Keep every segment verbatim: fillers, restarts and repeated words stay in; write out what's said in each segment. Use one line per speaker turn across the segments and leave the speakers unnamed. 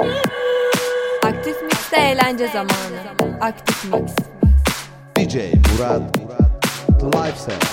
Aktif Mix'te eğlence zamanı. Aktif Mix.
D J Murat Live Set.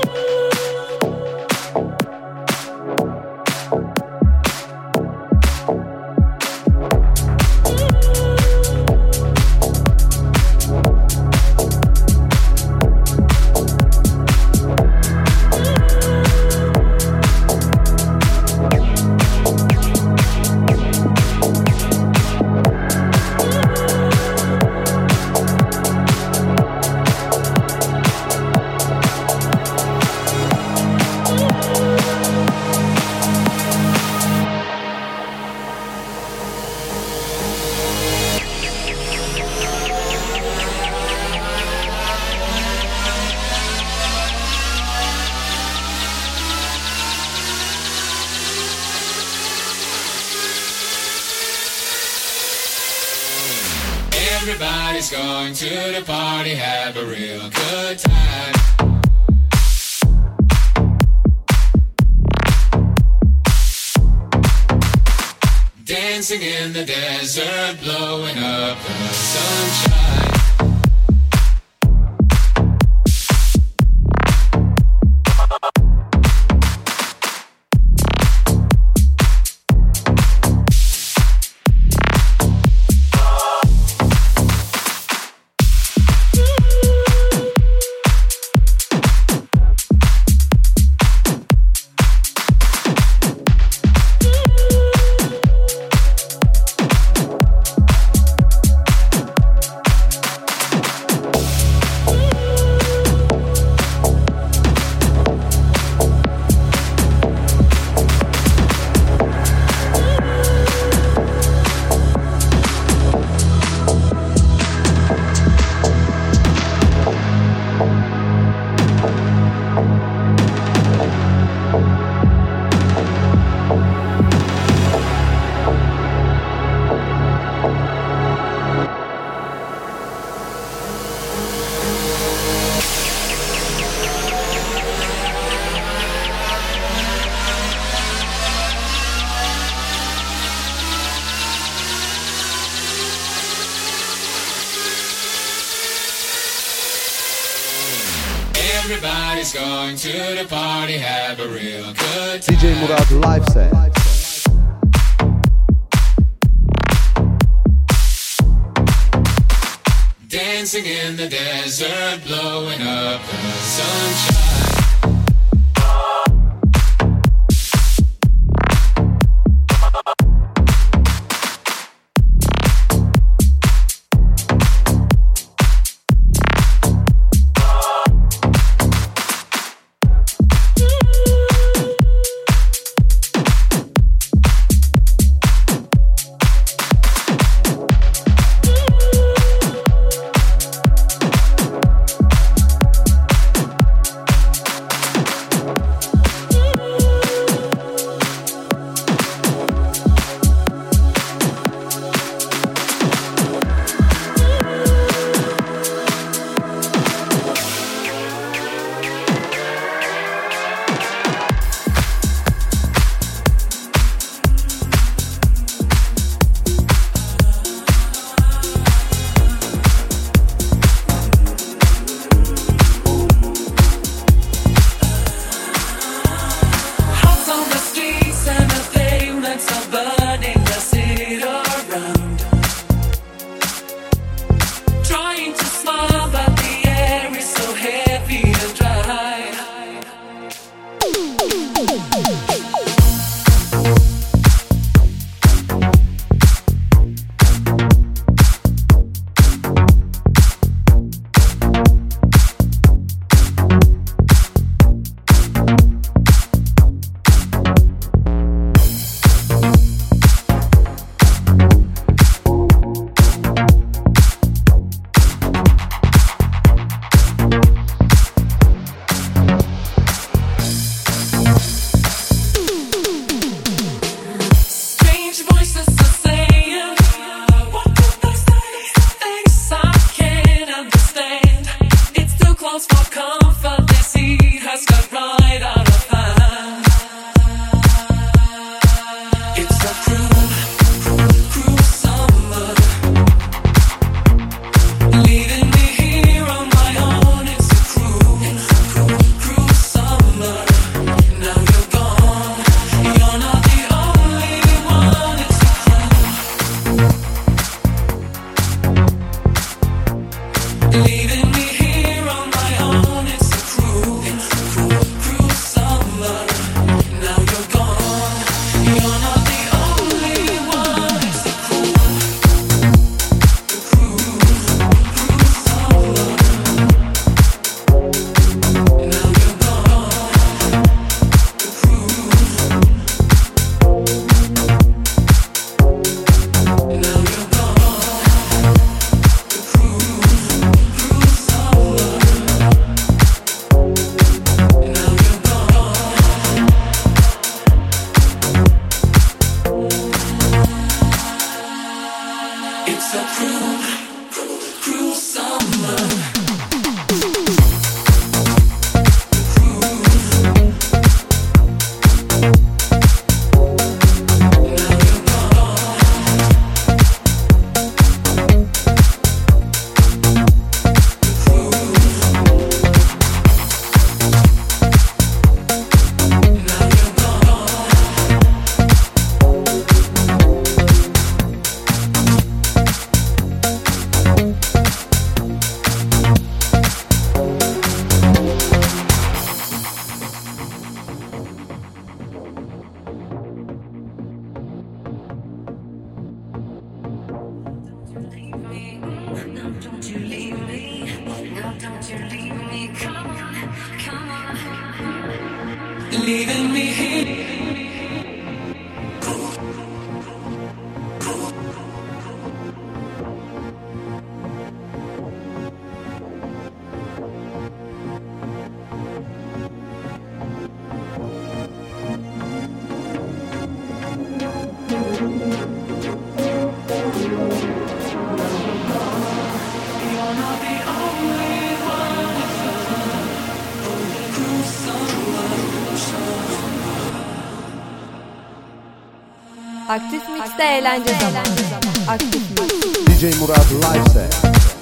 Everybody's going to the party, have a real good time. Dancing in the desert, blowing up the sunshine. Everybody's going to the party, have a real good time.
D J Murat Live Set.
Dancing in the desert, blowing up the sunshine.
It's a cruel, cruel, cruel leaving me here.
Aktif Mix'te eğlence zamanı. Aktif Mix.
D J Murat Live Set.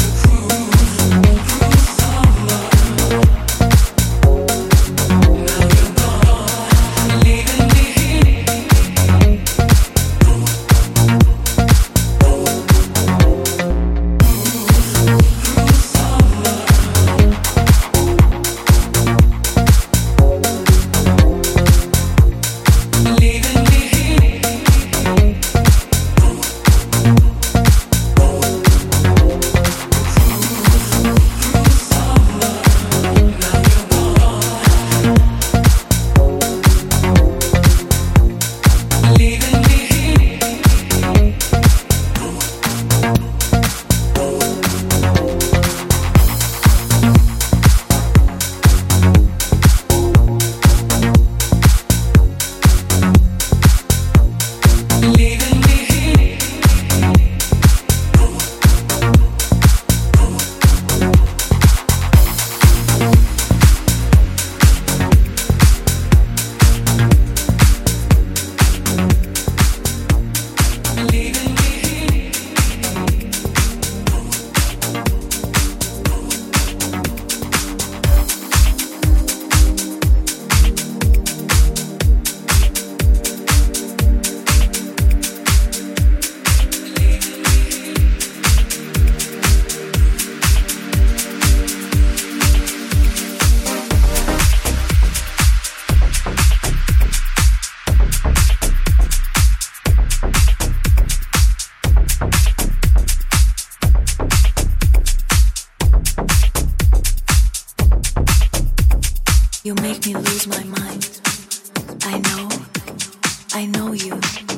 You make me lose my mind. I know, I know you.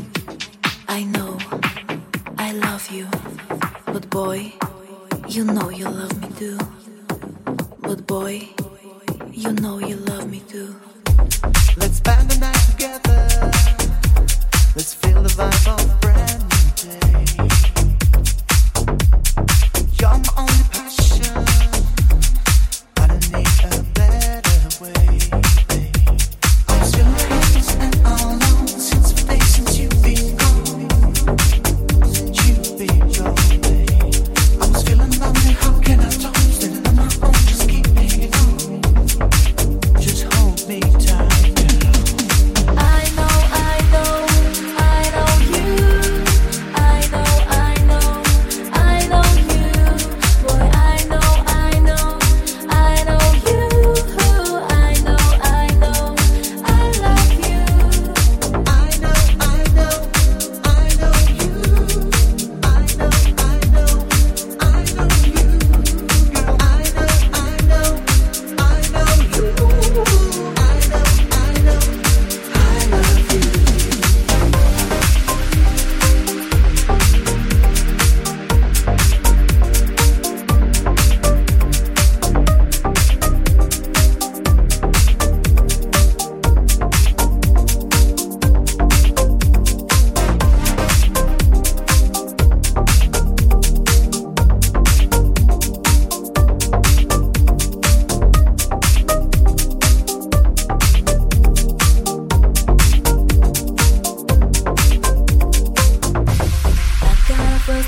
I know, I love you. But boy, you know you love me too. But boy, you know you love me too.
Let's spend the night together. Let's feel the vibe of a brand new day. You're my only passion. I don't need a better way. I was feeling helpless and all alone since the day since you've been gone. Since you've been gone. I was feeling lonely. How can I talk? Standing on my own, just keep me going. Just hold me tight.
I know, I know, I know you.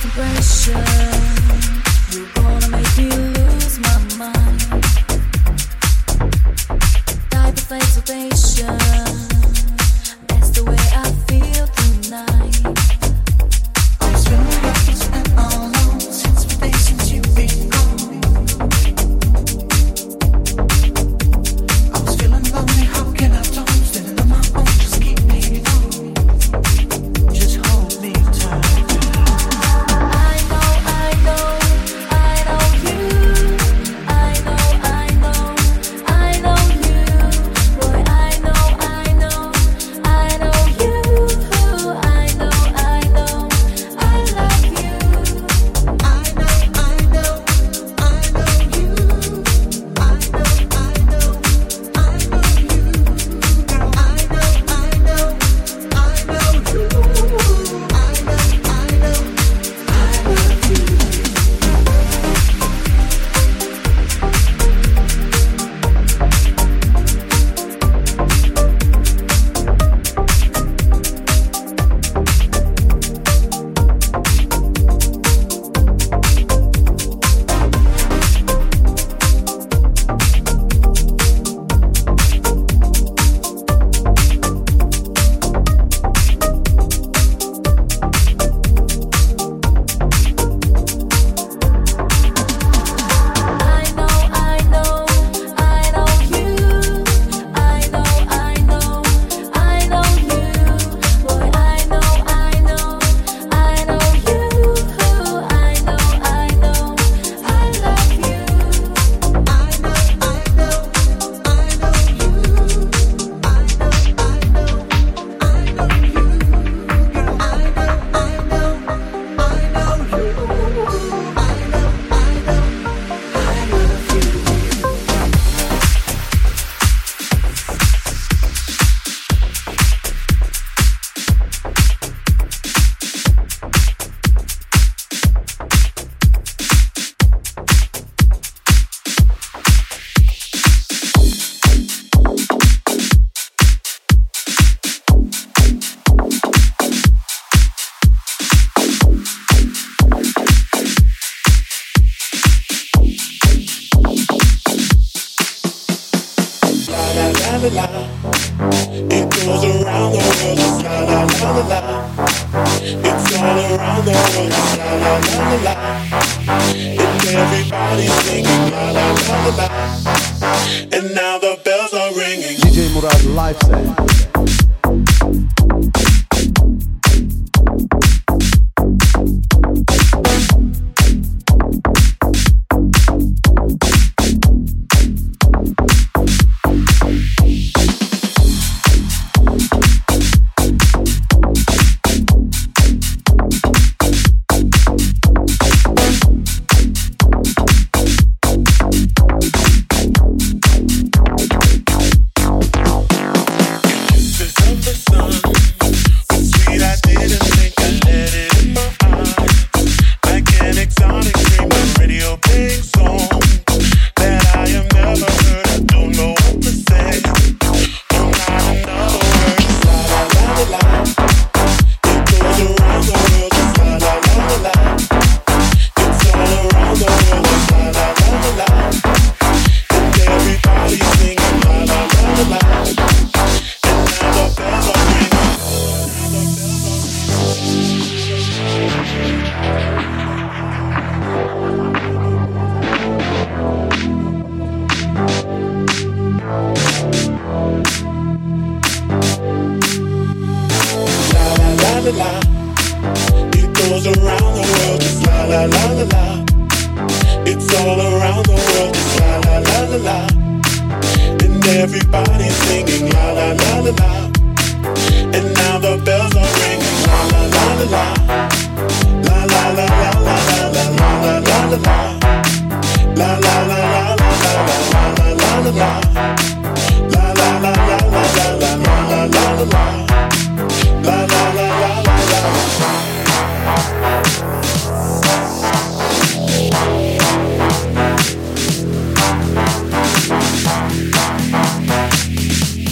D J Murat Live Set.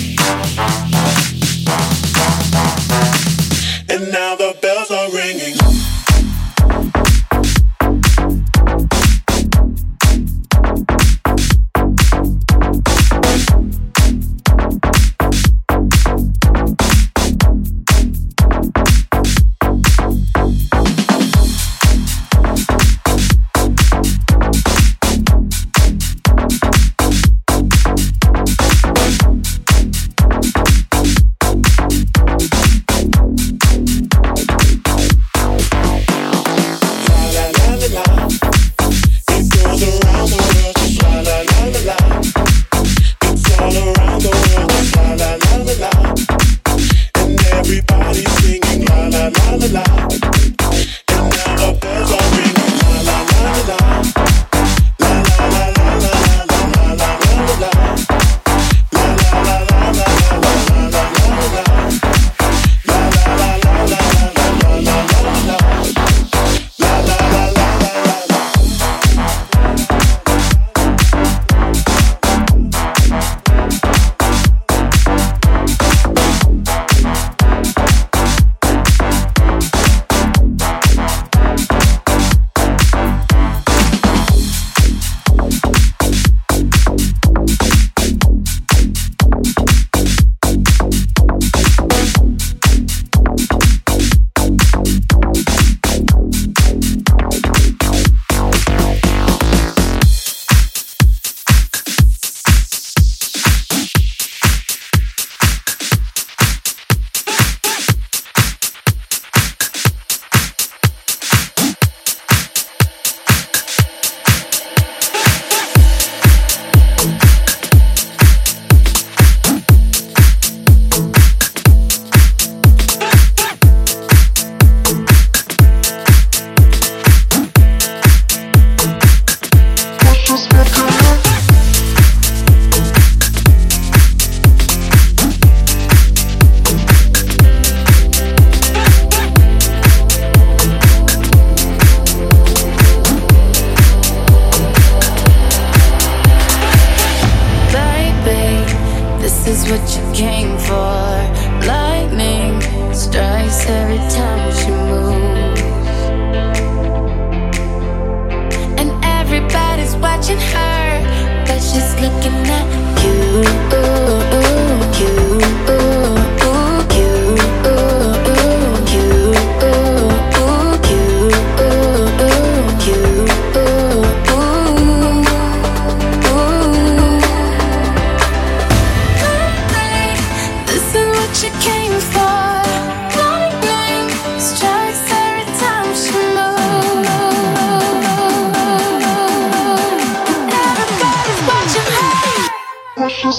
And now the bells are ringing.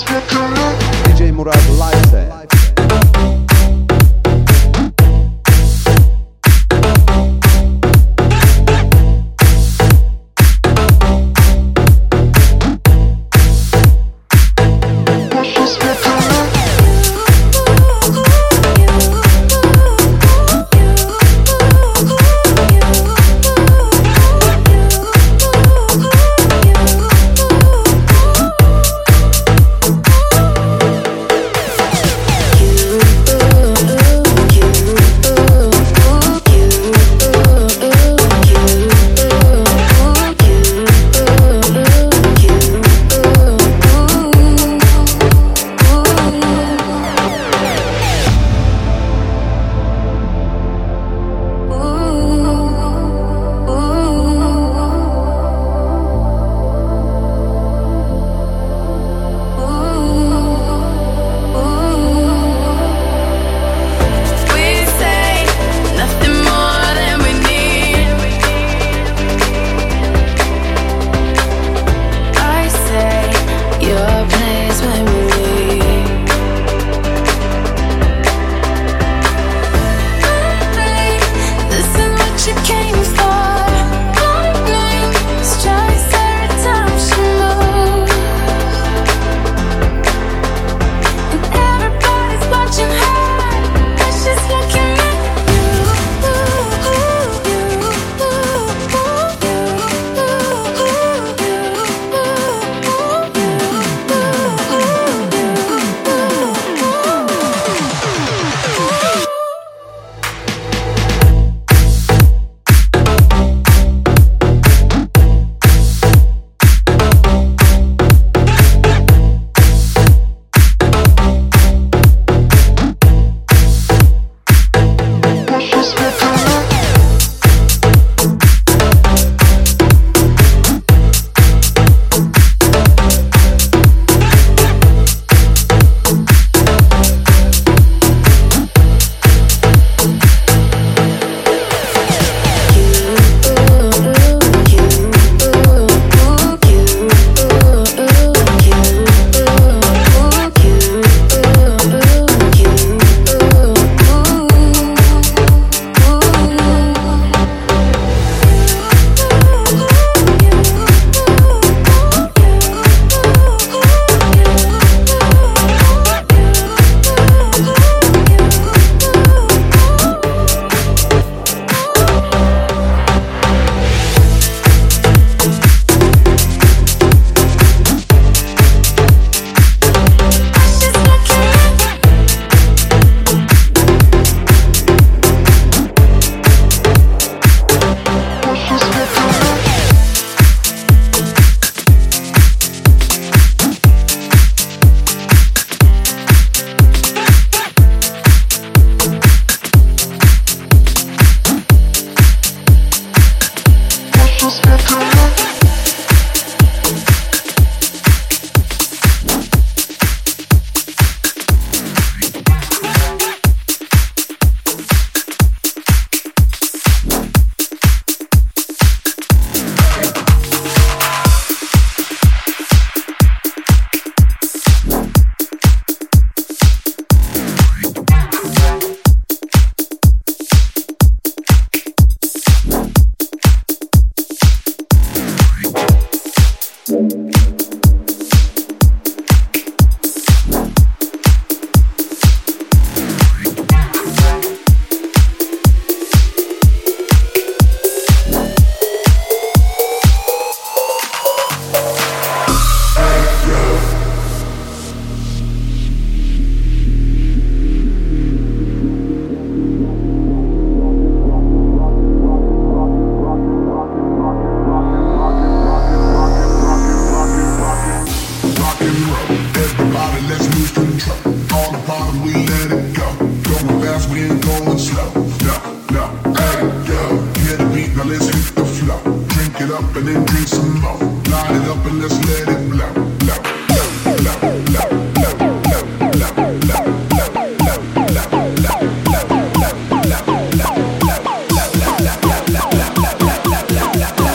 D J Murad live set.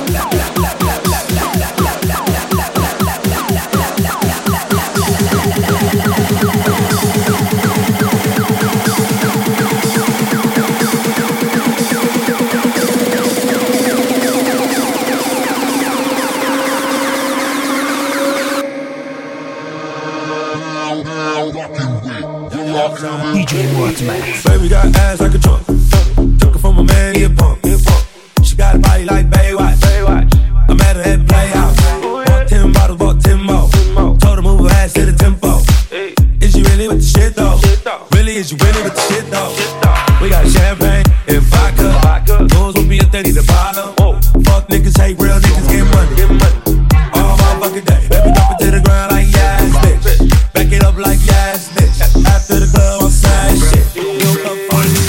la la
J Murat Mix.
Baby got ass like a trunk. Took her from a man, he a punk. She got a body like Baywatch. I met her at the Playhouse. Bought ten bottles, bought ten more. Told her move her ass to the tempo. Is you really with the shit though? Really, is you really with the shit though? We got champagne and vodka. Those will be a thirty the bottle. Fuck niggas, hate real niggas, get money. All motherfucking day. Baby, dump it to the ground like yes, bitch. Back it up like yes, bitch. After the club, I'm saying shit. You up for it.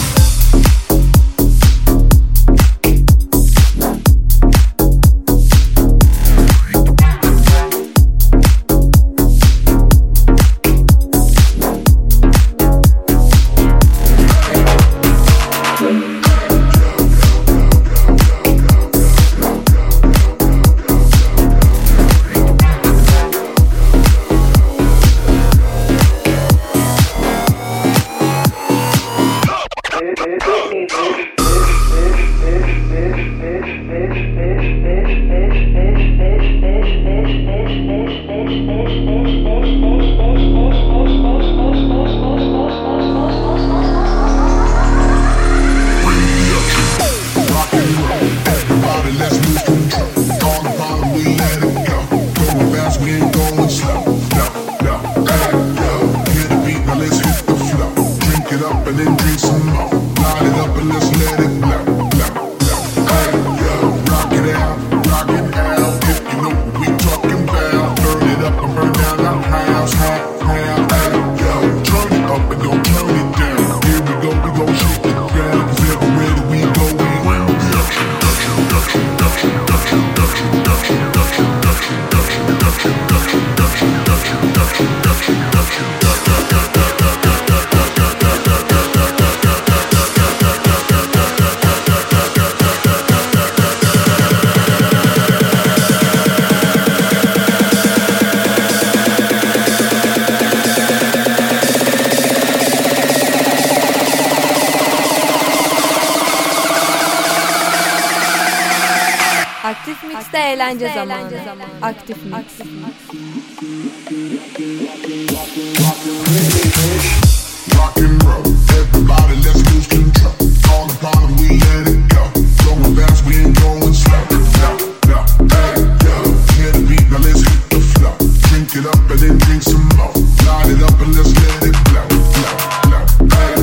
Aktif Mix'te eğlence zamanı. Aktif Mix.
Rock and roll, everybody let's lose control. All the bottom we let it go. Going fast, we ain't going slow. No, no, hey, yo, hear the beat, now let's hit the flow. Drink it up and then drink some more. Light it up and let's let it blow, blow, blow, hey.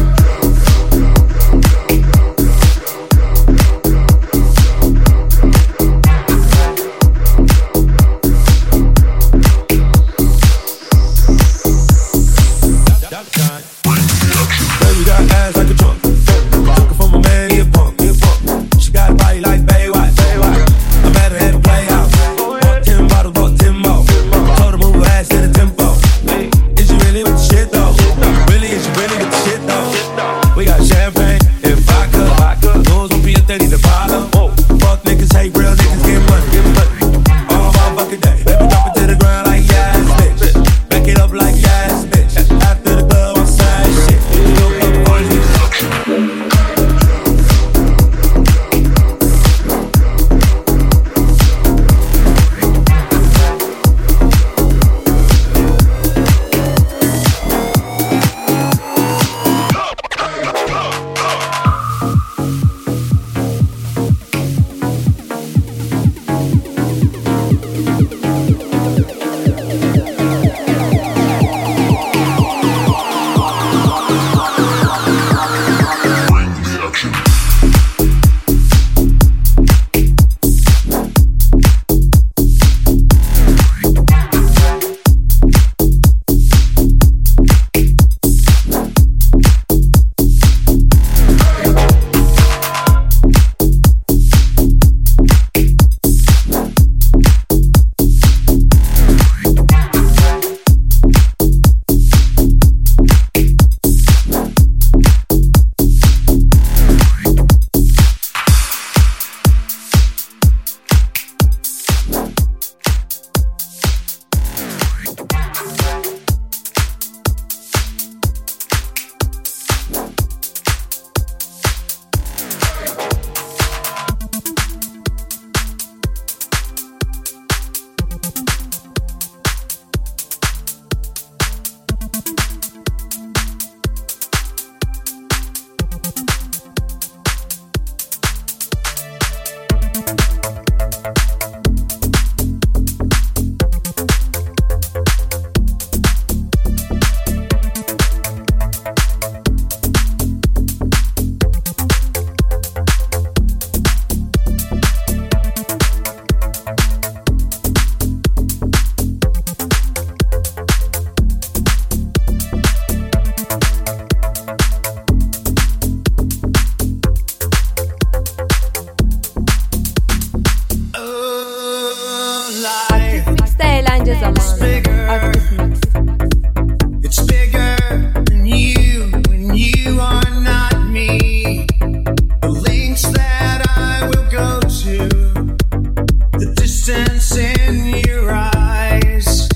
zamanı. Aktif Mix.
It's bigger than you when you are not me. The links that I will go to, the distance in your eyes.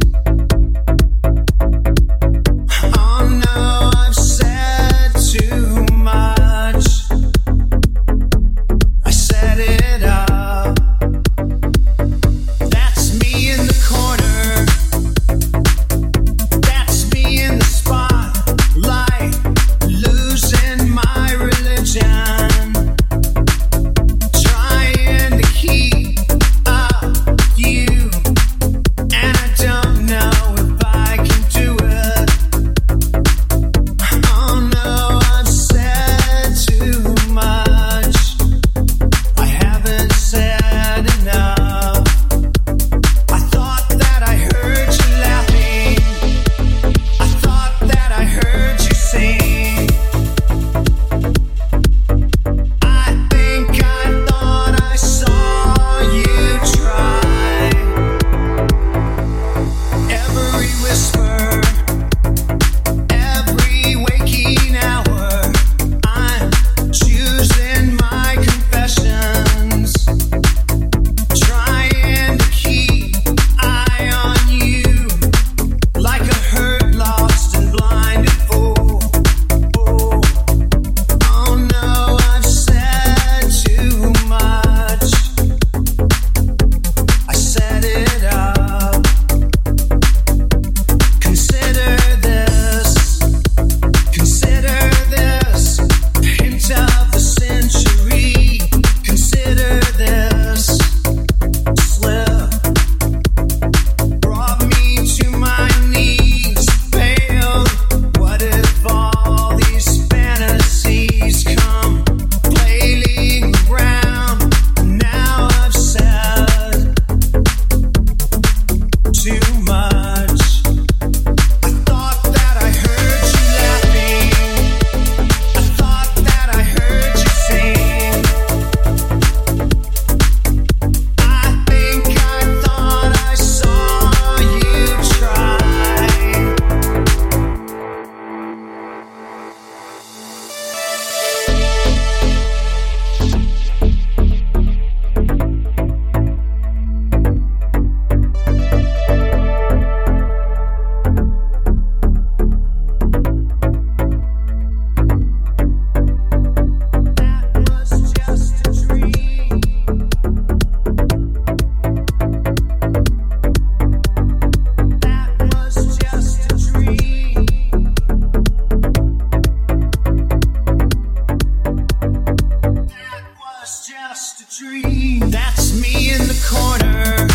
Oh no, I've said too much. I set it up. That's me in the corner. That's me in the spotlight, losing my religion, trying to keep up with you, and I don't know if I can do it. Oh no, I've said too much. I haven't said enough. I thought that I heard you laughing. I thought that I heard you sing. I think I thought I saw you try. Every whisper, every waking hour, I'm choosing my confessions, trying to keep eye on you, like a hurt, lost, and blinded fool. Oh, oh no, I've said too much. I set it up. Consider this, consider this, a hint of the century. Consider this slip brought me to my knees, failed. What if all these fantasies come flailing around? Now I've said too much. I thought that I heard you laughing. I thought that I heard you sing. I think I thought I saw you try. That was just a dream. That was just a dream. That was just a dream. That's me in the corner.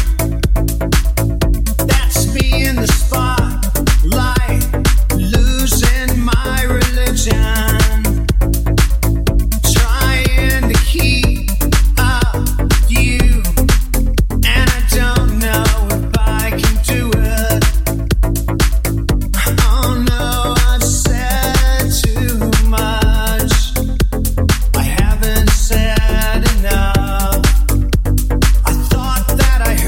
That's me in the spotlight, losing my religion, trying to keep up with you, and I don't know if I can do it. Oh no, I've said too much. I haven't said enough. I thought that I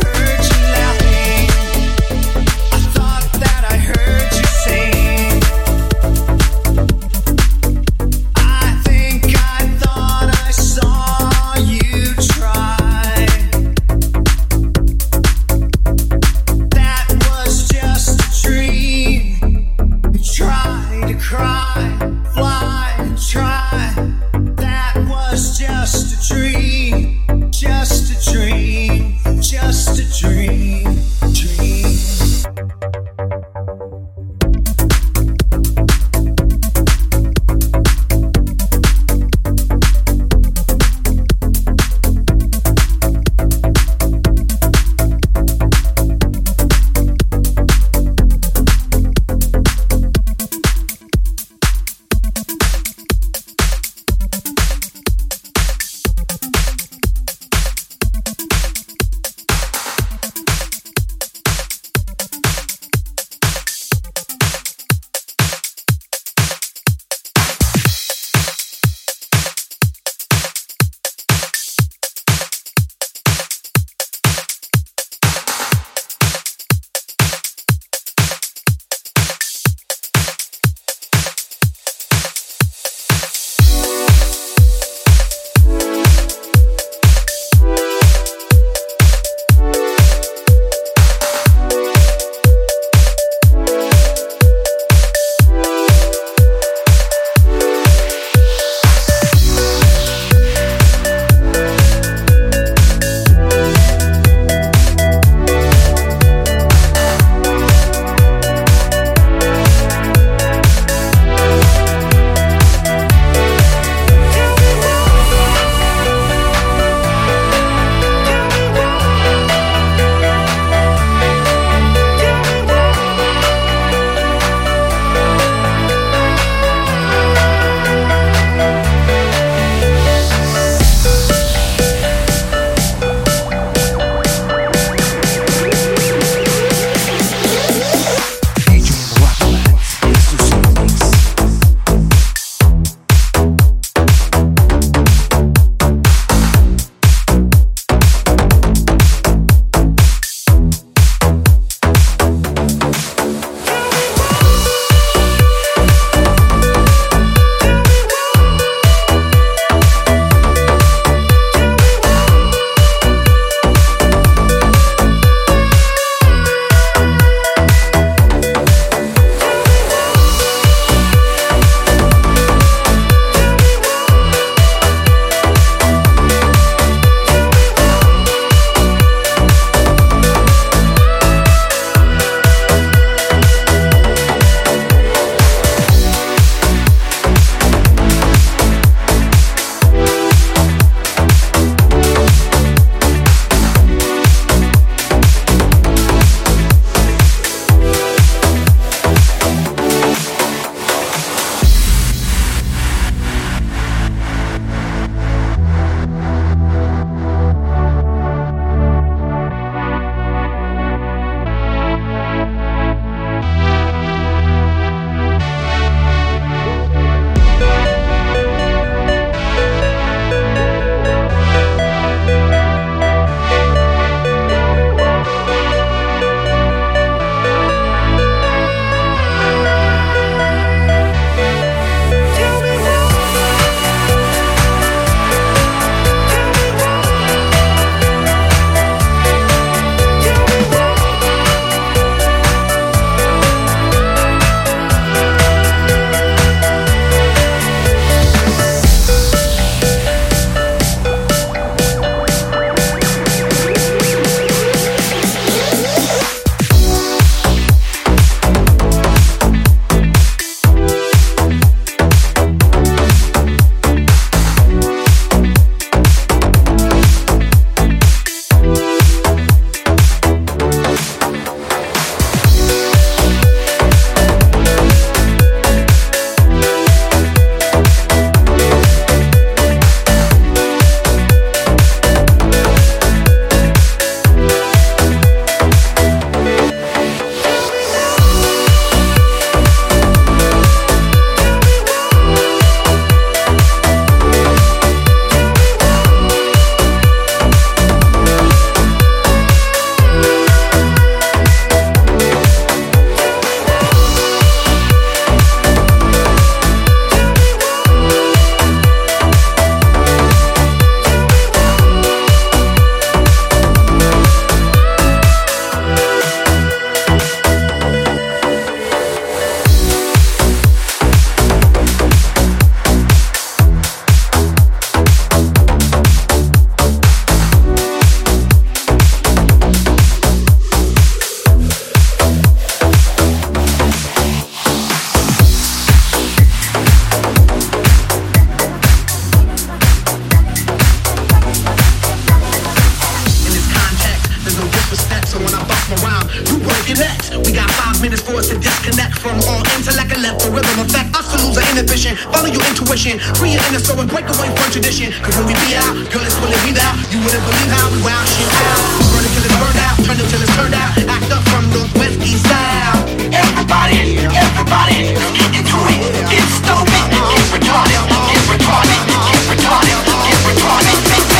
from all intellect and left the rhythm effect. Obstacles are inhibition. Follow your intuition. Free your inner soul and break away from tradition. Cause when we be out, girl, it's when we out. You wouldn't believe how we wow shit out. We burn it till it's burned out. Turn it till it's turned out. Act up from northwest east side. Everybody, everybody, get into it. Get stupid, get retarded, get retarded, get retarded, get retarded,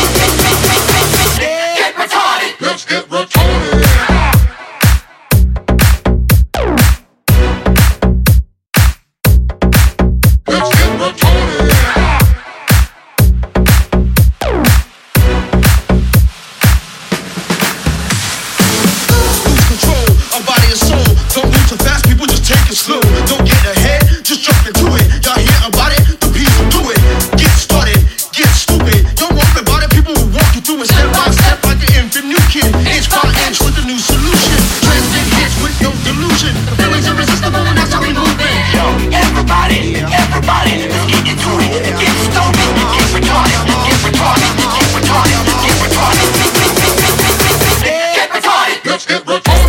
get retarded.
Let's get retarded. Let's get retarded.
Lose control of body and soul. Don't move too fast, people just take it slow. Don't get ahead, just jump into it. Y'all hear about it? The people do it. Get started, get stupid. Don't worry about it, people will walk you through it step by step like the infant new kid. Inch by inch with a new solution. Transcend hits with no delusion. The feeling's irresistible and that's how we move it. Yo, everybody, everybody, let's get into it. Get stupid, get retarded, get retarded, get retarded, get retarded, get retarded.
Let's get retarded.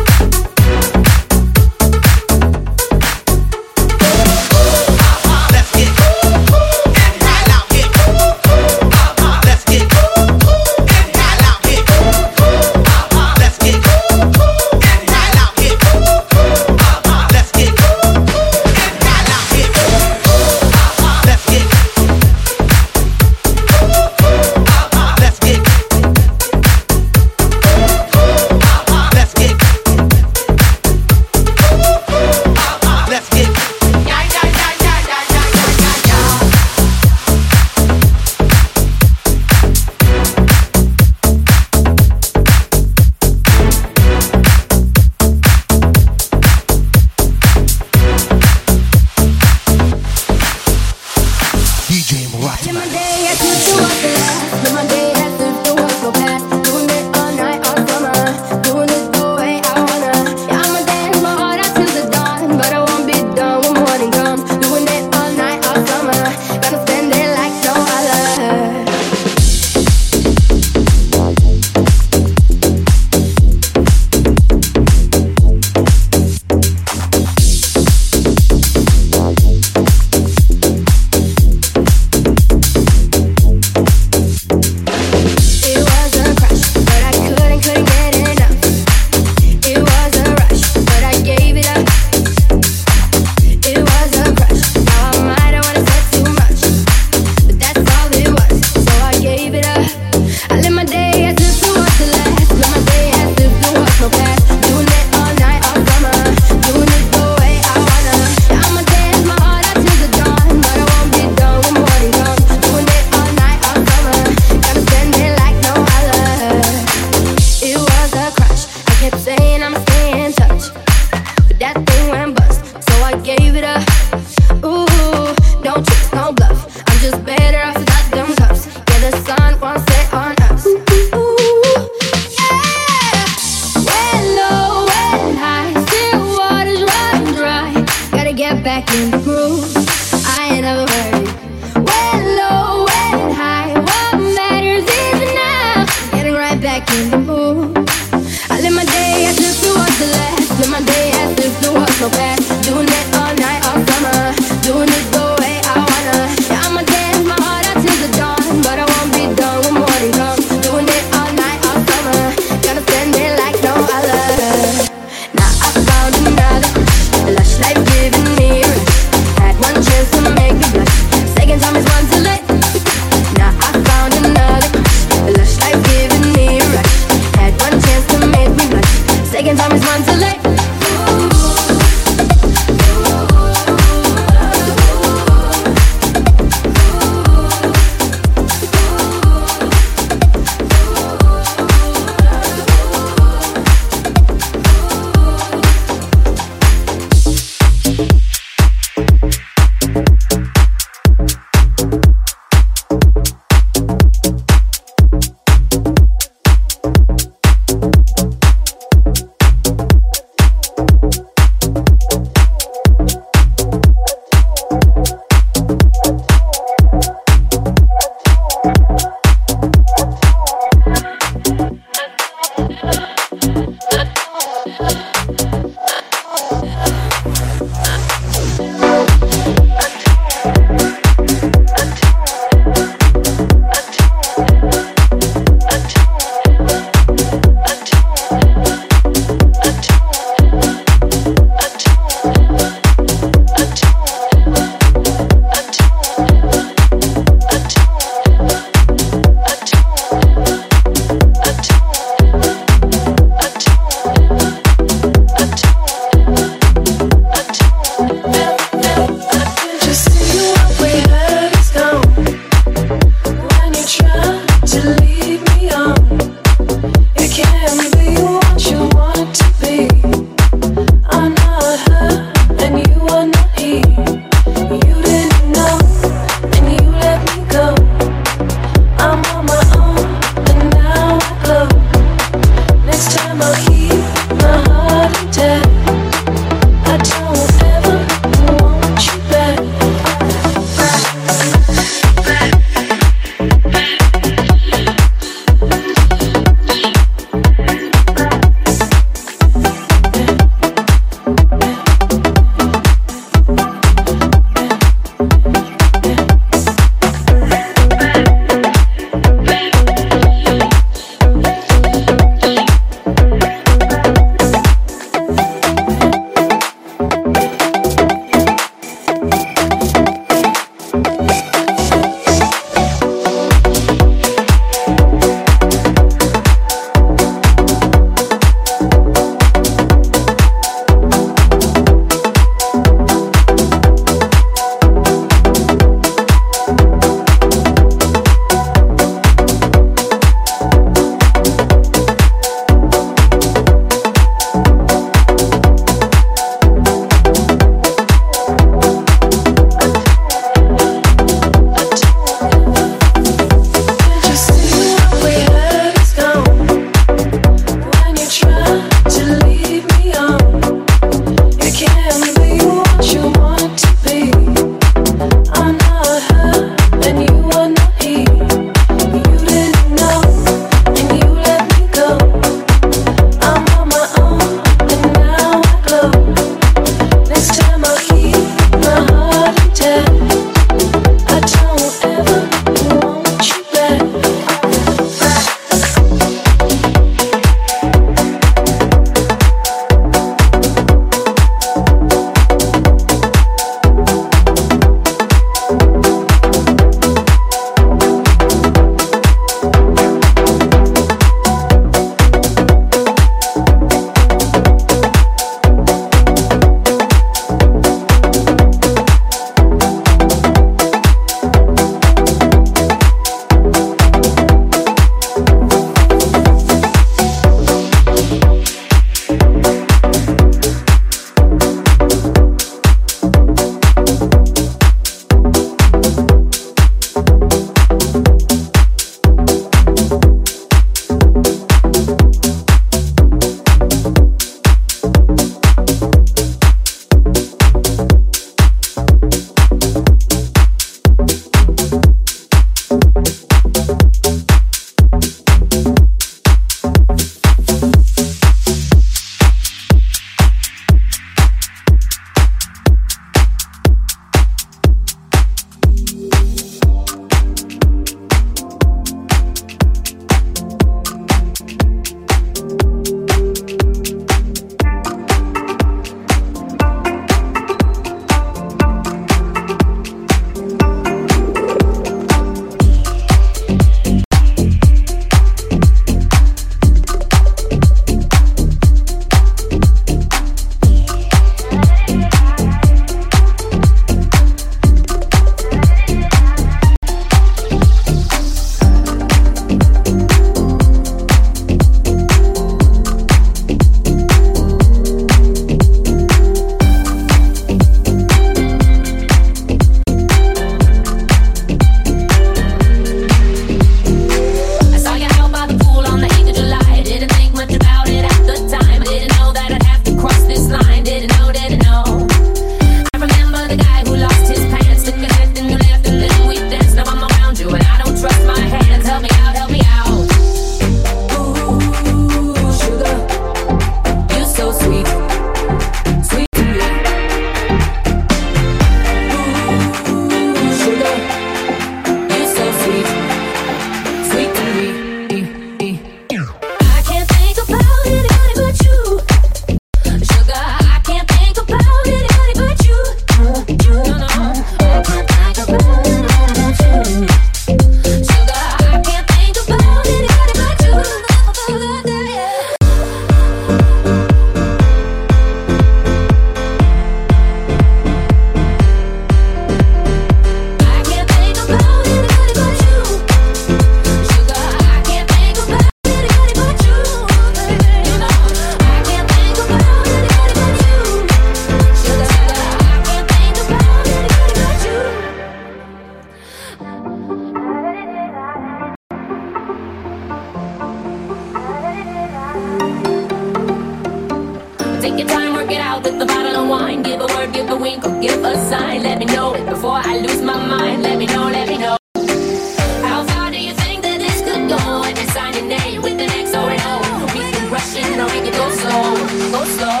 it out with a bottle of wine. Give a word, give a wink, or give a sign. Let me know it before I lose my mind. Let me know, let me know. How far do you think that this could go? If you sign your name with an X or an O, we can rush it or we can go slow, go slow.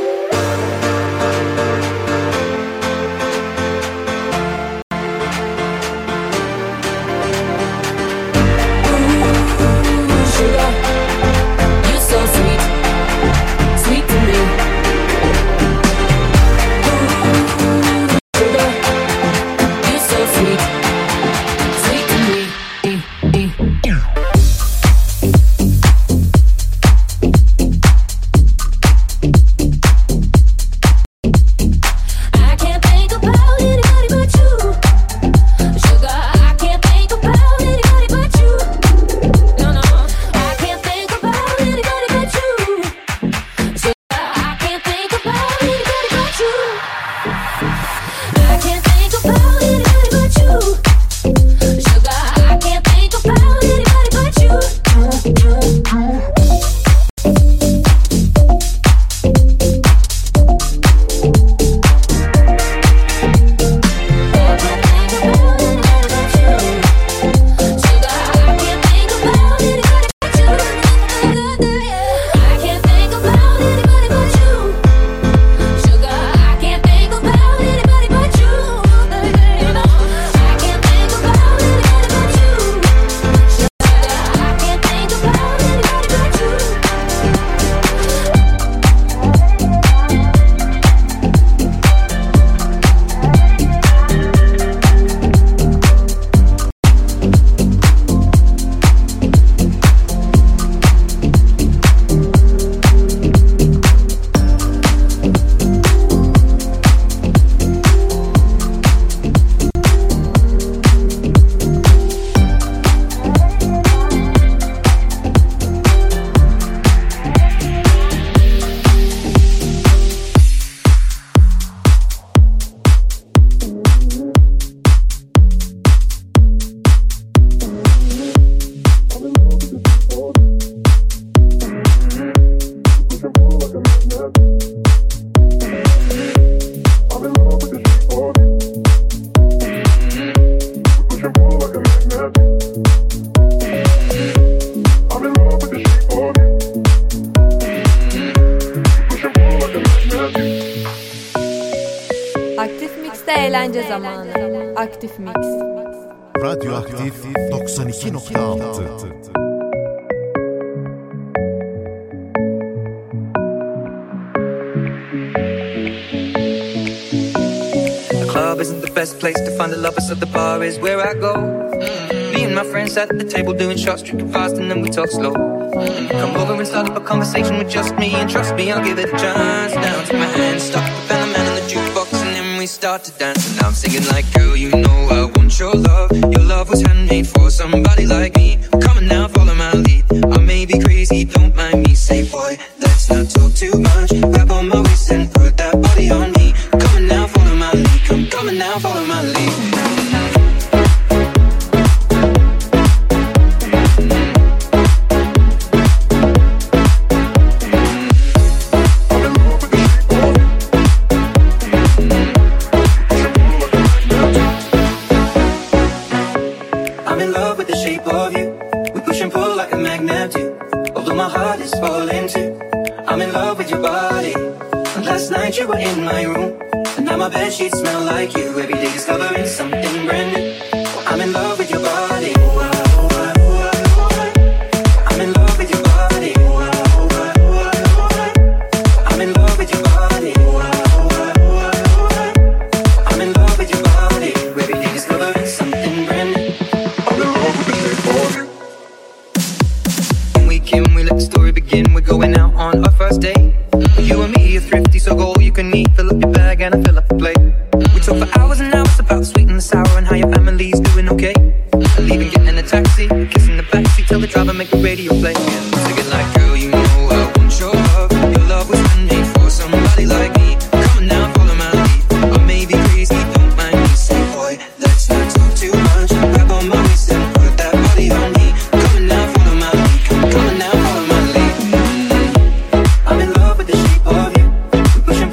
Eğlence zamanı. Aktif Mix.
Radyoaktif doksan iki nokta altı.
The club isn't the best place to find the lovers, so the bar is where I go. Mm-hmm. Me and my friends sat at the table doing shots, drinking fast, and then we talk slow. Mm-hmm. Come over and start up a conversation with just me, and trust me, I'll give it a chance. Down to my hands, stuck with the man in the jukebox, and then we start to dance. And now I'm singing like, girl, you know I want your love. Your love was handmade for somebody like me. Come on now, follow my lead. I may be crazy, don't mind me. Say, boy, let's not talk too much. Grab on my waist and put that body on me. Come on now, follow my lead. Come, come on now, follow my lead. You were in my room, and now my bedsheets smell like you. Every day discovering something brand new. I'm in love with your body. I'm in love with your body. I'm in love with your body. I'm in love with your body. Every day discovering something brand new. I'm in love with the shape of you. When we came, we let the story begin. We're going out on our first date. You and me are thrifty, so go all you can eat. Fill up your bag and I fill up the plate. We talk for hours and hours about the sweet and the sour and how your family's doing okay. Leaving, getting a taxi, kissing the backseat, tell the driver make the radio play. And singing like, girl, you know I want your love. Your love was handmade for somebody like me. Come on now, follow my lead. I may be crazy, don't mind me. Say, boy, let's not talk too much. Grab on my waist and put that body on me. Come on now, follow my lead. Come, come on now, follow my lead. I'm in love with the shape of you. We pushing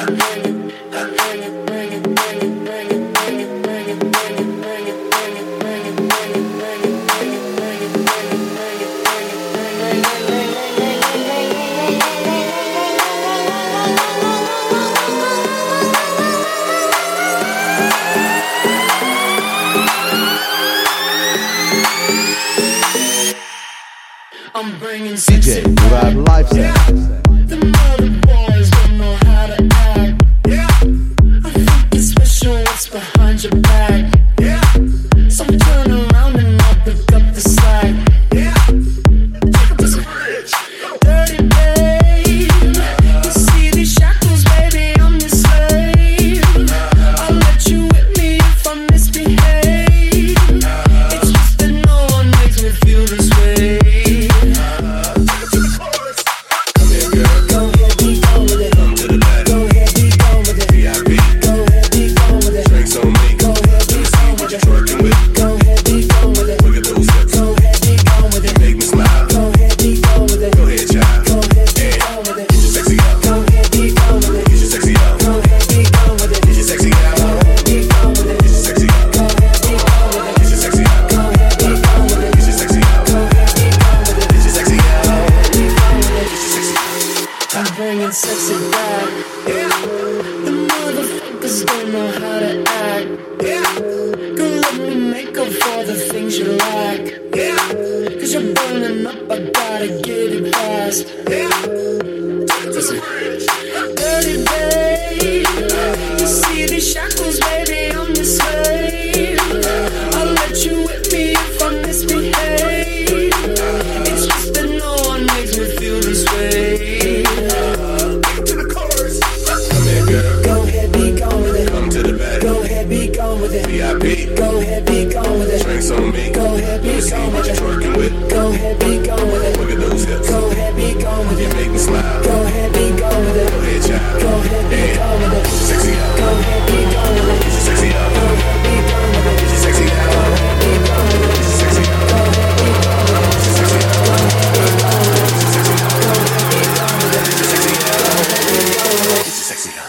I'm bringing
D J Murat Live Set.
The mother boys don't know how to act. Yeah, I think it's special what's behind your back. Yeah, so turn around and I'll pick up the slack. Yeah, take up this bridge. Dirty babe, you see these shackles, baby, I'm your slave. I'll let you whip me if I misbehave. It's just that no one makes me feel this way. Sexy back, yeah. The motherfuckers don't know how to act, yeah. Girl, let me make up for the things you lack, yeah. Cause you're burning up, I gotta get it fast, yeah. Listen. Dirty babe, you see these shackles, baby, I'm your slave. I'll let you whip me if I misbehave. It's just that no one makes me feel this way.
V I P.
Go ahead, be gone with it.
Drinks on me.
Go ahead, be gone with it.
Twerking with.
Go ahead, be gone with it.
Look at those hips.
Go ahead, be gone with it.
You make me smile.
Go ahead, be gone with it.
Go ahead, child.
Go ahead, be
yeah.
gone with it.
Sexy out.
Go ahead, be gone with it.
Get your sexy out.
Go ahead, be gone with it.
Get your sexy out.
Go ahead, be gone with it.
Get your sexy out.
Go ahead, be gone with it.
Get your sexy out.
Go ahead, be gone with it.
Get your sexy out.
Go ahead, be gone with it.
Get your sexy out.
Go ahead, be gone with it.
Get your sexy out.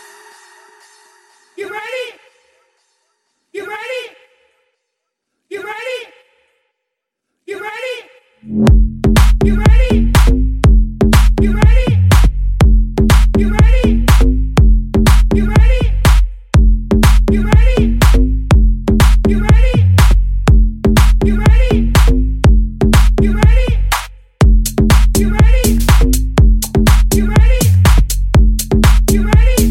You ready? You ready? You ready? You ready? You ready? You ready? You ready? You ready? You ready? You ready? You ready? You ready? You ready? You ready? You ready?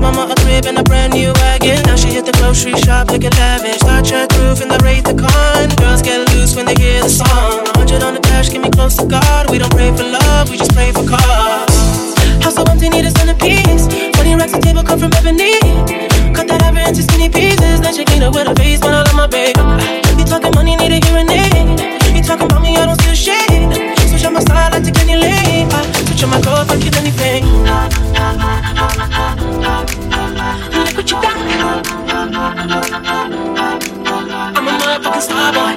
mama a crib and a brand new wagon. Now she hit the grocery shop looking lavish. Touch her roof and the rate the con. Girls get loose when they hear the song. A hundred on the dash, get me close to God. We don't pray for love, we just pray for cause. House so empty, need a centerpiece. Twenty racks a table come from ebony. Cut that ever into skinny pieces. Then she clean up with her face, but I love my baby. You talking money, need a hearing aid. You talking about me, I don't see a shade. Switch on my style, like to Kenny Lane. Switch on my core, if I kill anything. Look what you got. I'm a motherfucking star boy.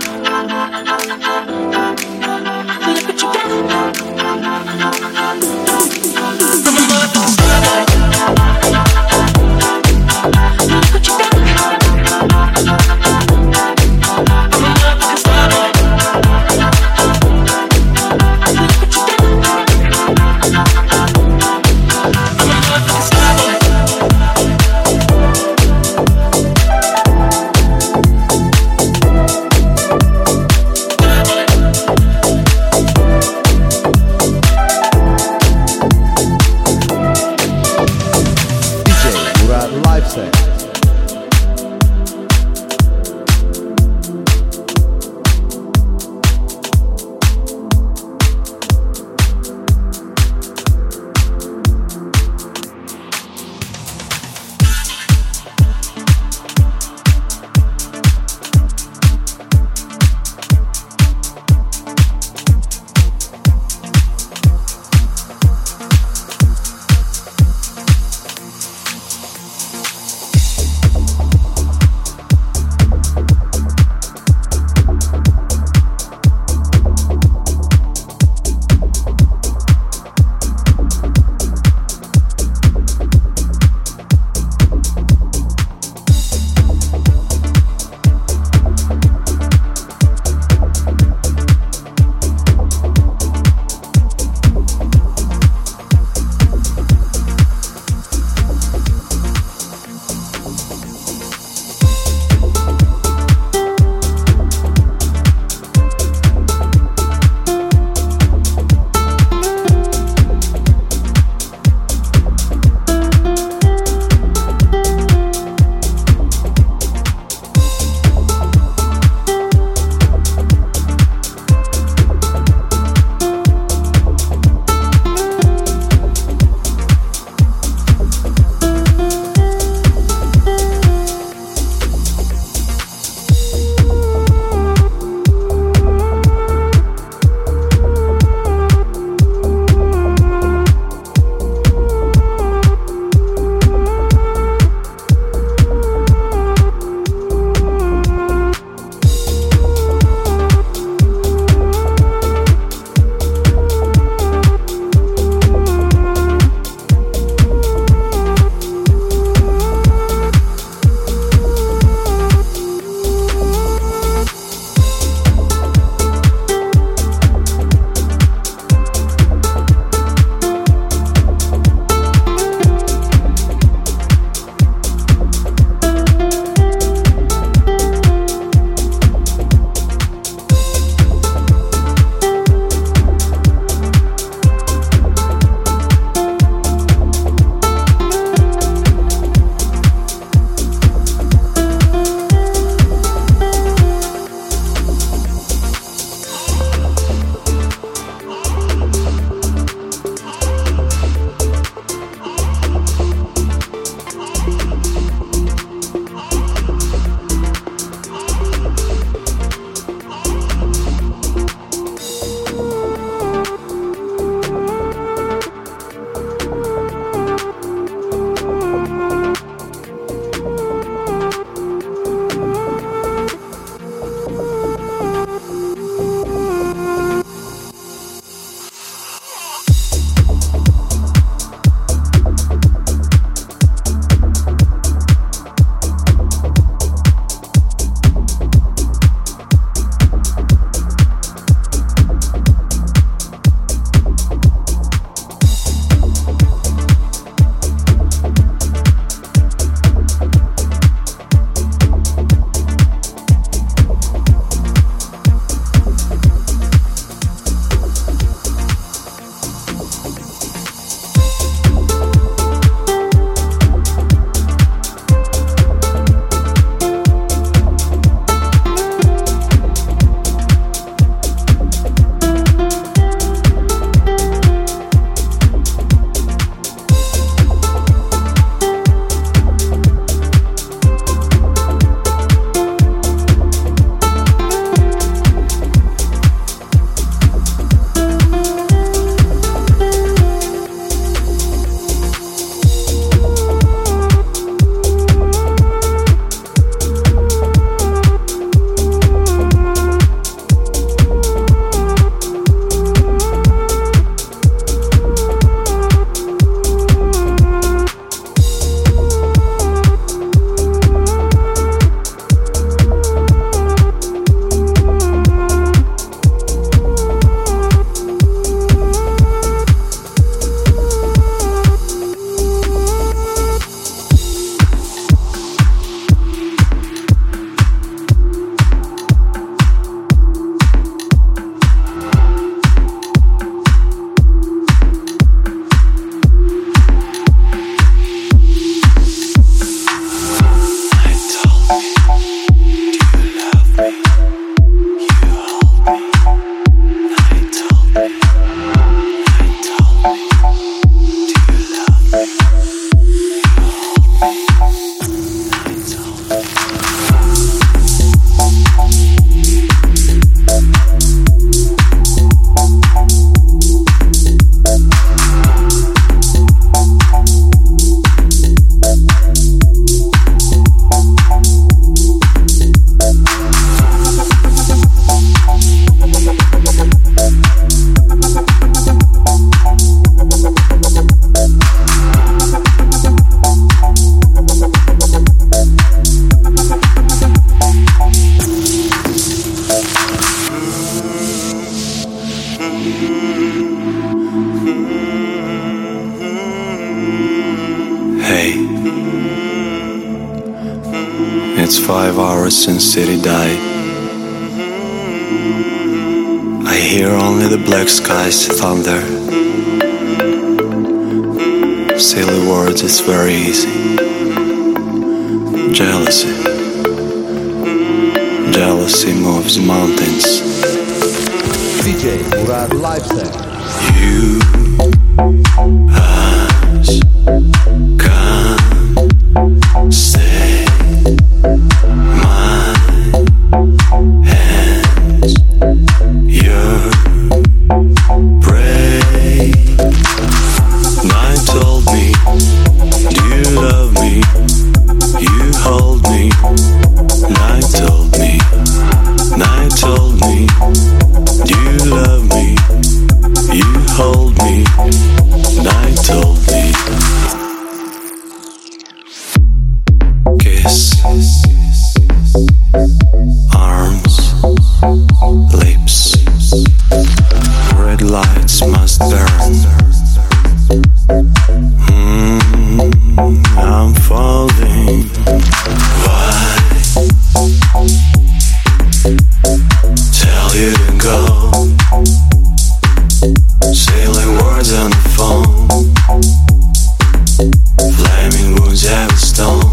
Look what you got. I'm a motherfucking star boy. Look what you got. I'm a motherfucking star boy. Look what you got. I'm a motherfucking star boy.
five hours since city died. I hear only the black skies, thunder. Silly words, it's very easy. Jealousy. Jealousy moves mountains.
D J Murad live set.
You ask, come, stay. My hands, your prey. Night told me, do you love me? You hold me. Night told me, night told me, do you love me? You hold me. Night told me. Kiss, arms, lips, red lights must burn. Mm, I'm falling. Why? Tell you to go. Sailing words on the phone. Flaming wounds have a stone.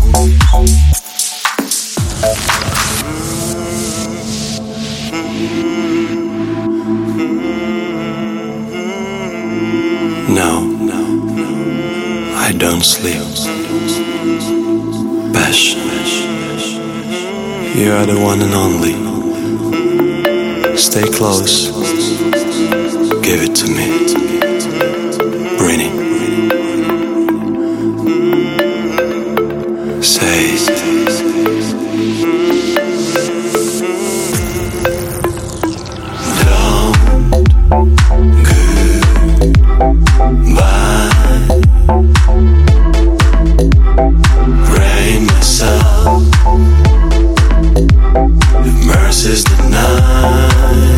No, no, I don't sleep. Passion, you are the one and only. Stay close, give it to me. Bring it. Say don't goodbye. Rain myself. If mercy's denied.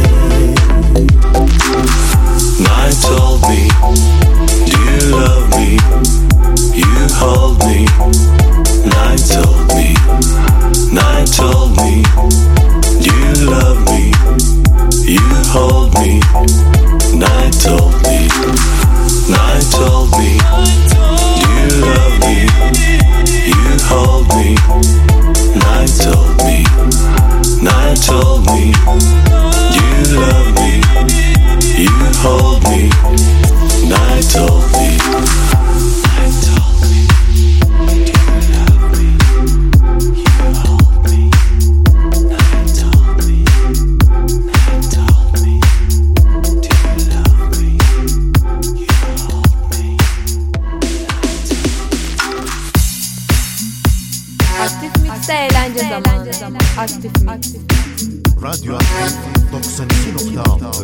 Night told me, do you love me? You hold me. Night told me, night told me, do you love me? You hold me. Night told me, night told me, do you love me? You hold me. Night told me, night told me, do you love me? You hold me. Night told me. Night told me.
Eğlence zamanı. Aktif mix.
Radyo Aktif doksan iki nokta altı.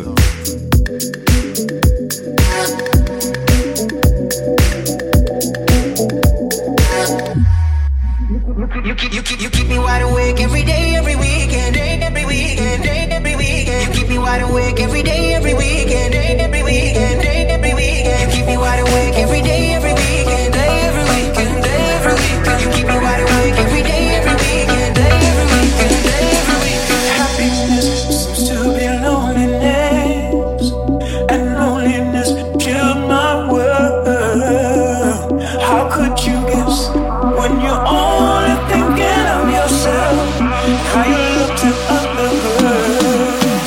You keep, you keep, you keep me wide awake every day, every weekend, day, every weekend, day, every weekend. You keep me wide awake every day, every weekend, day, every weekend, day, every weekend. You keep me wide awake every day, every weekend, day, every weekend, day, every weekend. You keep me wide awake every day, every weekend, day, every weekend, day, every weekend.
Happiness seems to be loneliness, and loneliness killed my world. How could you guess when you're only thinking of yourself? How you look to other girls.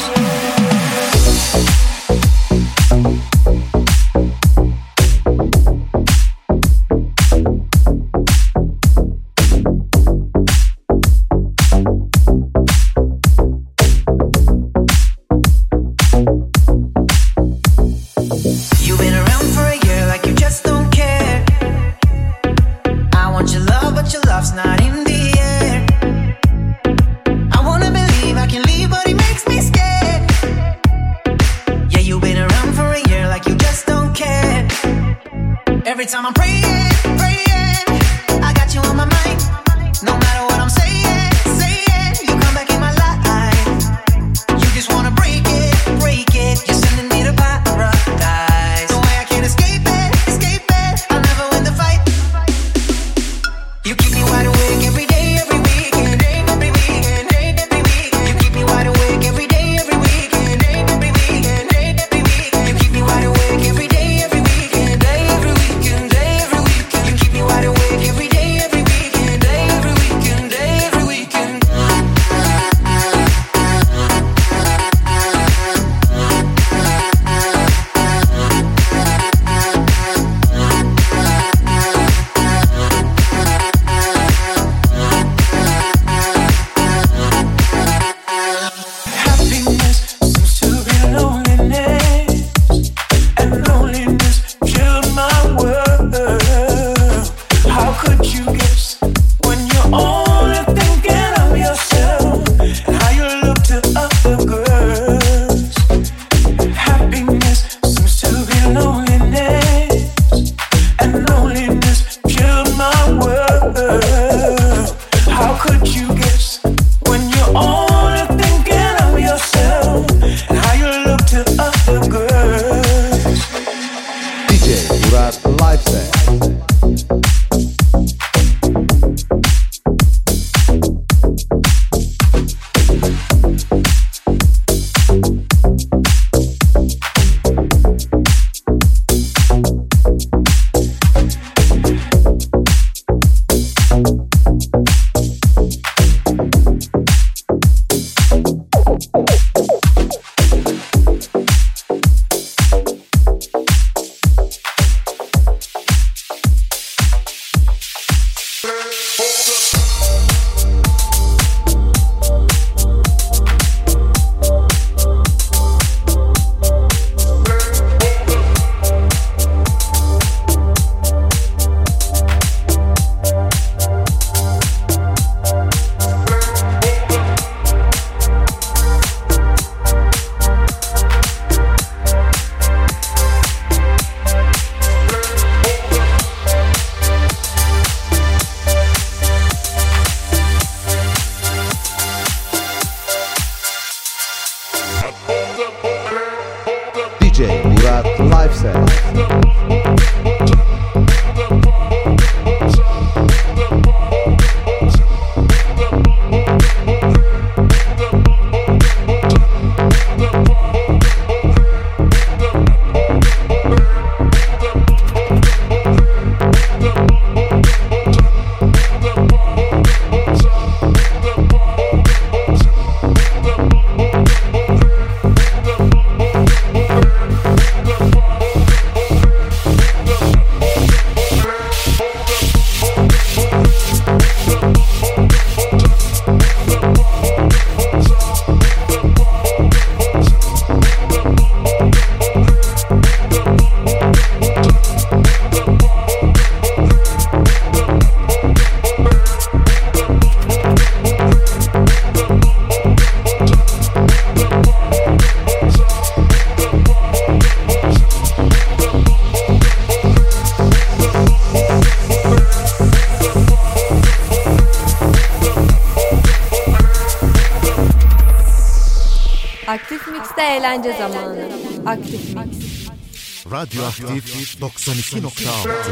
You've been around for a year like you just don't care. I want your love, but your love's not in the air. I wanna believe I can leave, but it makes me scared. Yeah, you've been around for a year like you just don't care. Every time I'm praying, praying, I got you on my mind. No matter what I'm saying, saying, you come back in my life. You just wanna break it, break it. You're sending me to paradise. No way I can't escape it, escape it. I'll never win the fight. You keep me wide awake every day, every weekend, day, every
J Murat Live Set.
Aktif Mix'te eğlence zamanı. Aktif Mix.
Radyoaktif doksan iki nokta altı.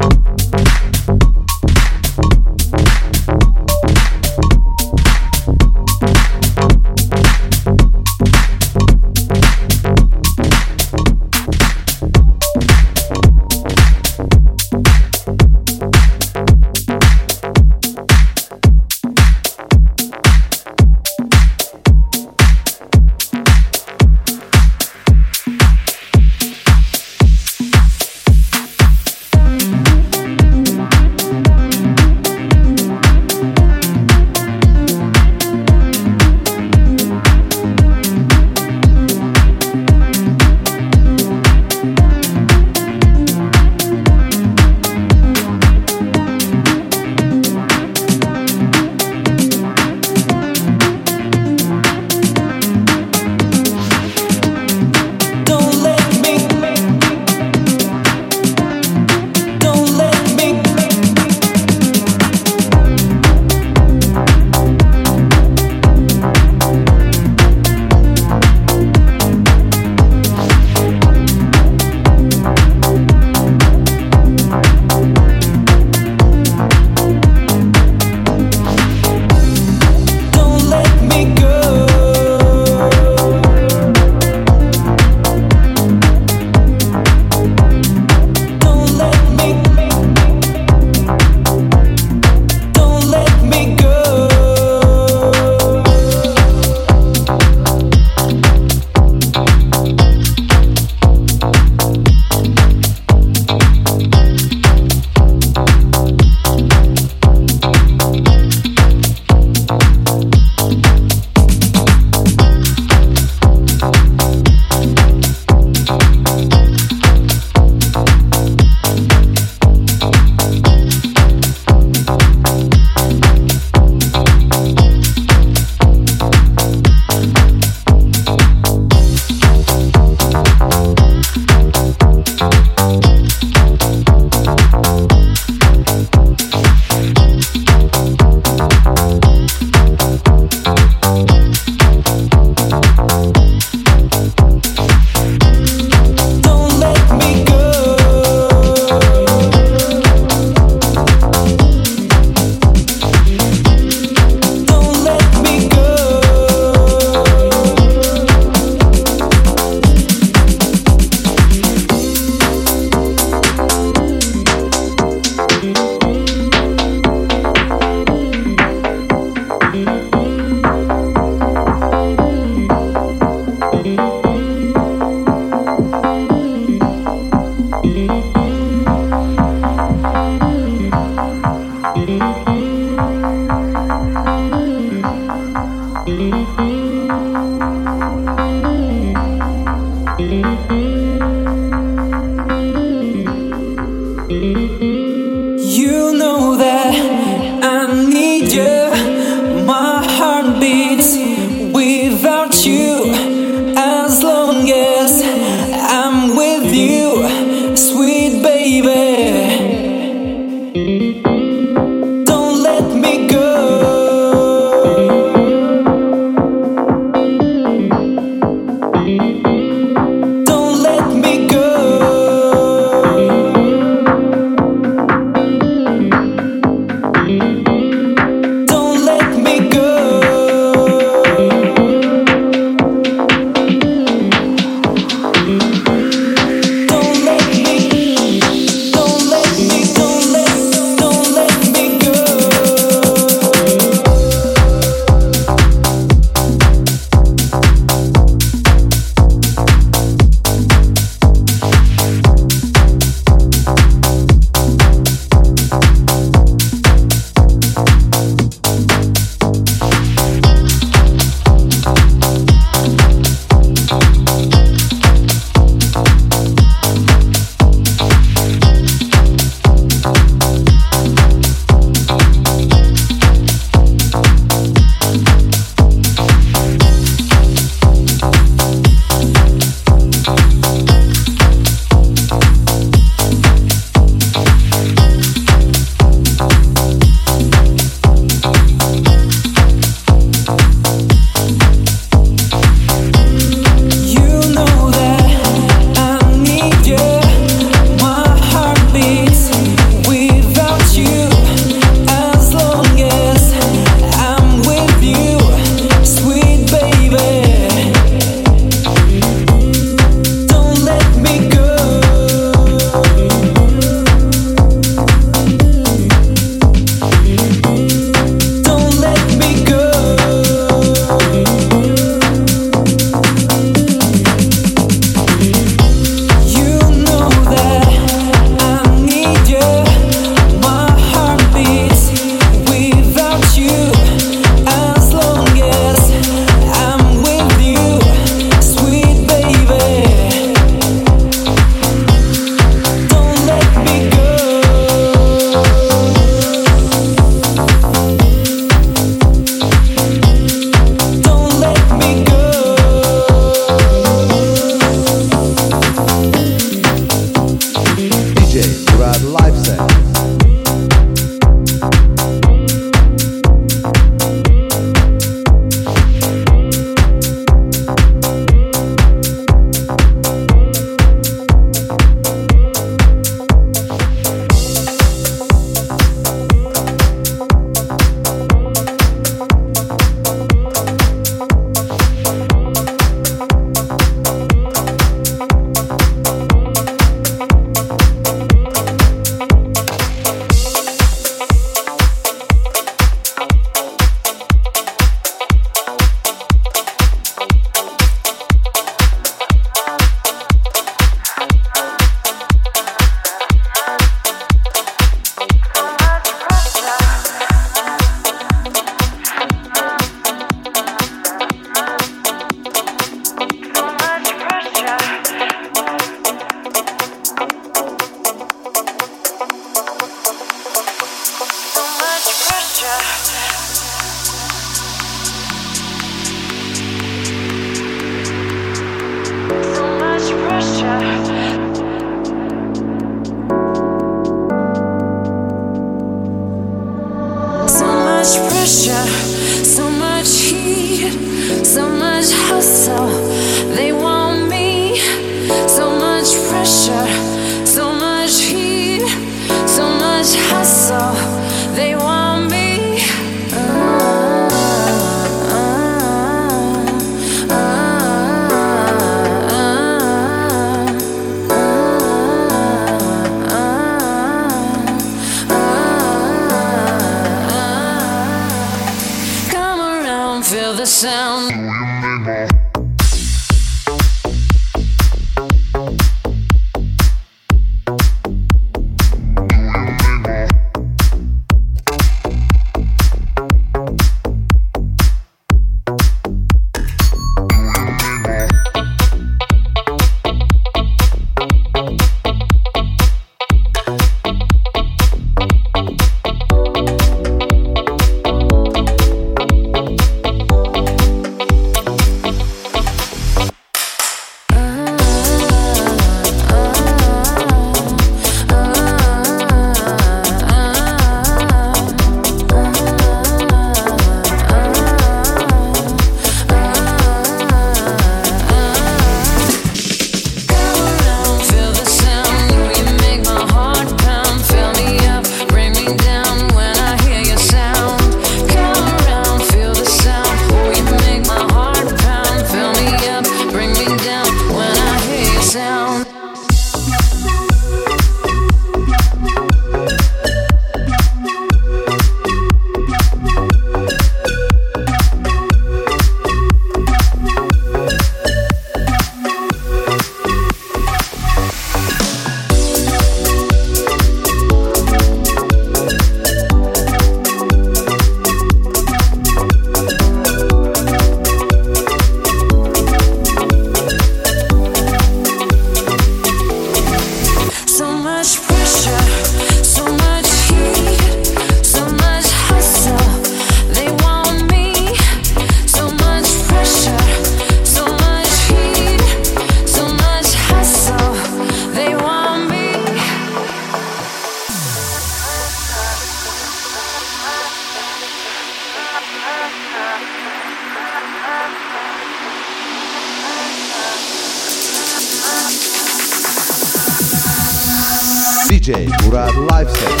D J Murad Live Set.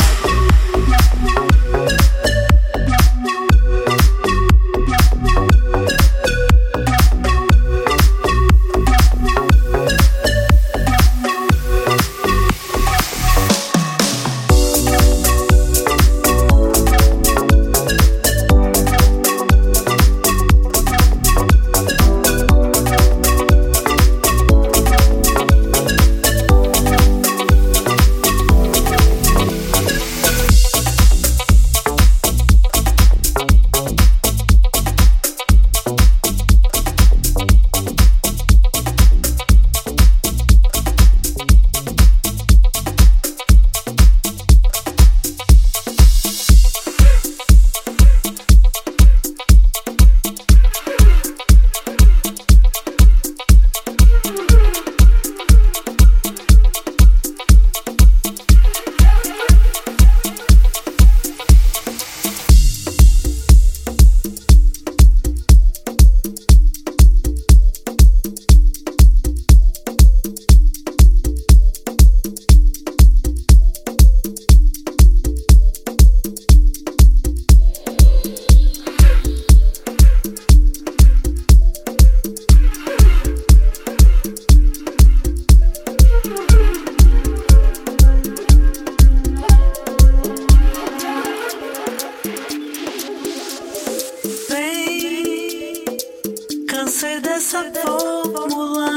Cansei dessa fórmula.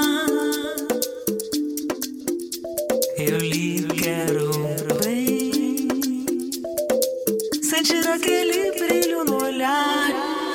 Eu lhe quero bem. Sentir aquele brilho no olhar.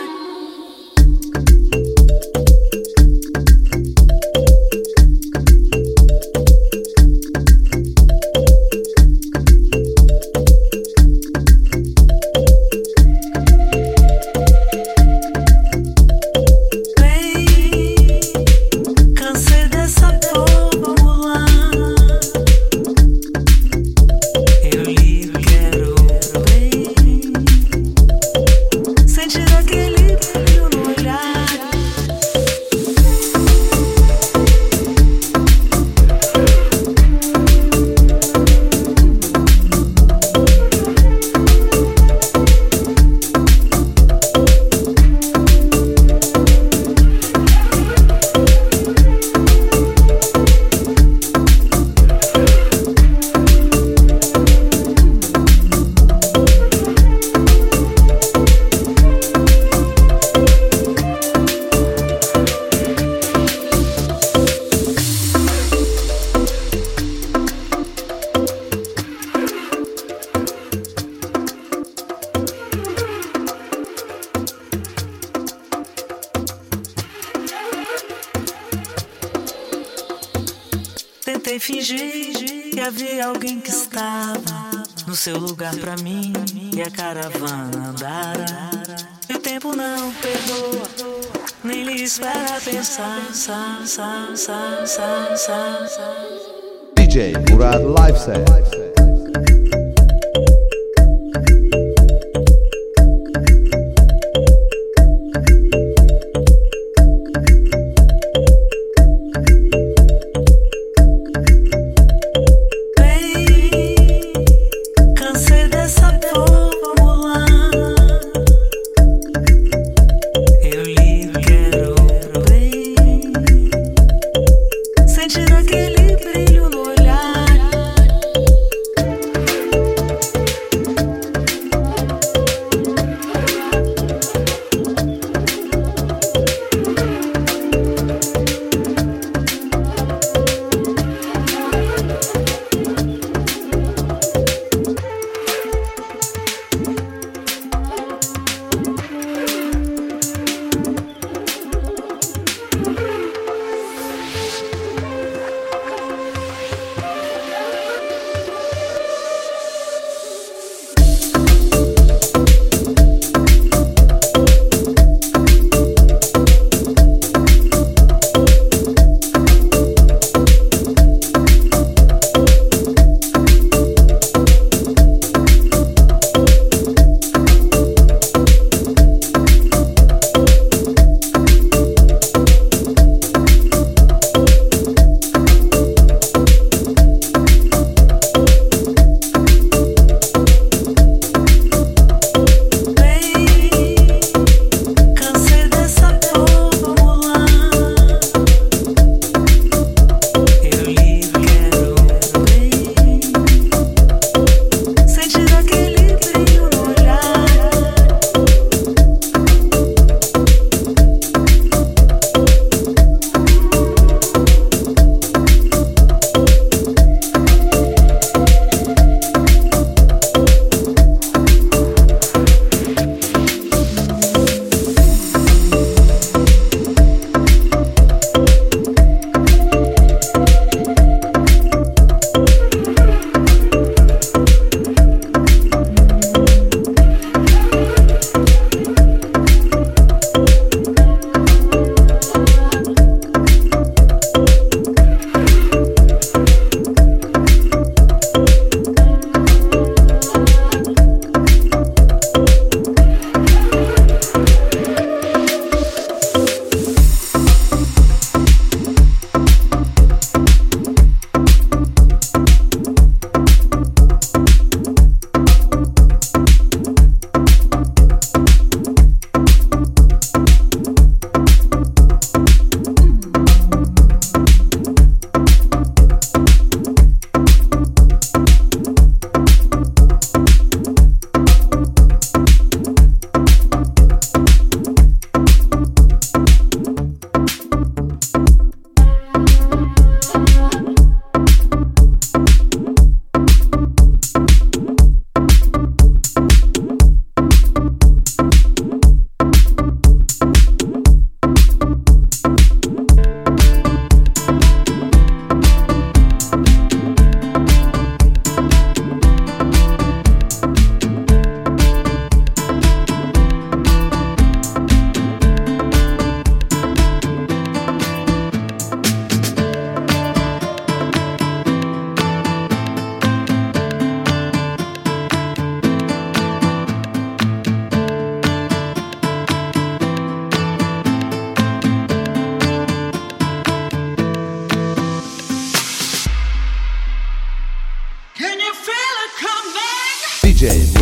Tentei fingir que havia alguém que estava no seu lugar pra mim, e a caravana andara. E o tempo não perdoa, nem lhe espera pensar. Sa, sa, sa, sa, sa, sa.
D J Murad Live Set.
Sentir aquele brilho no olhar.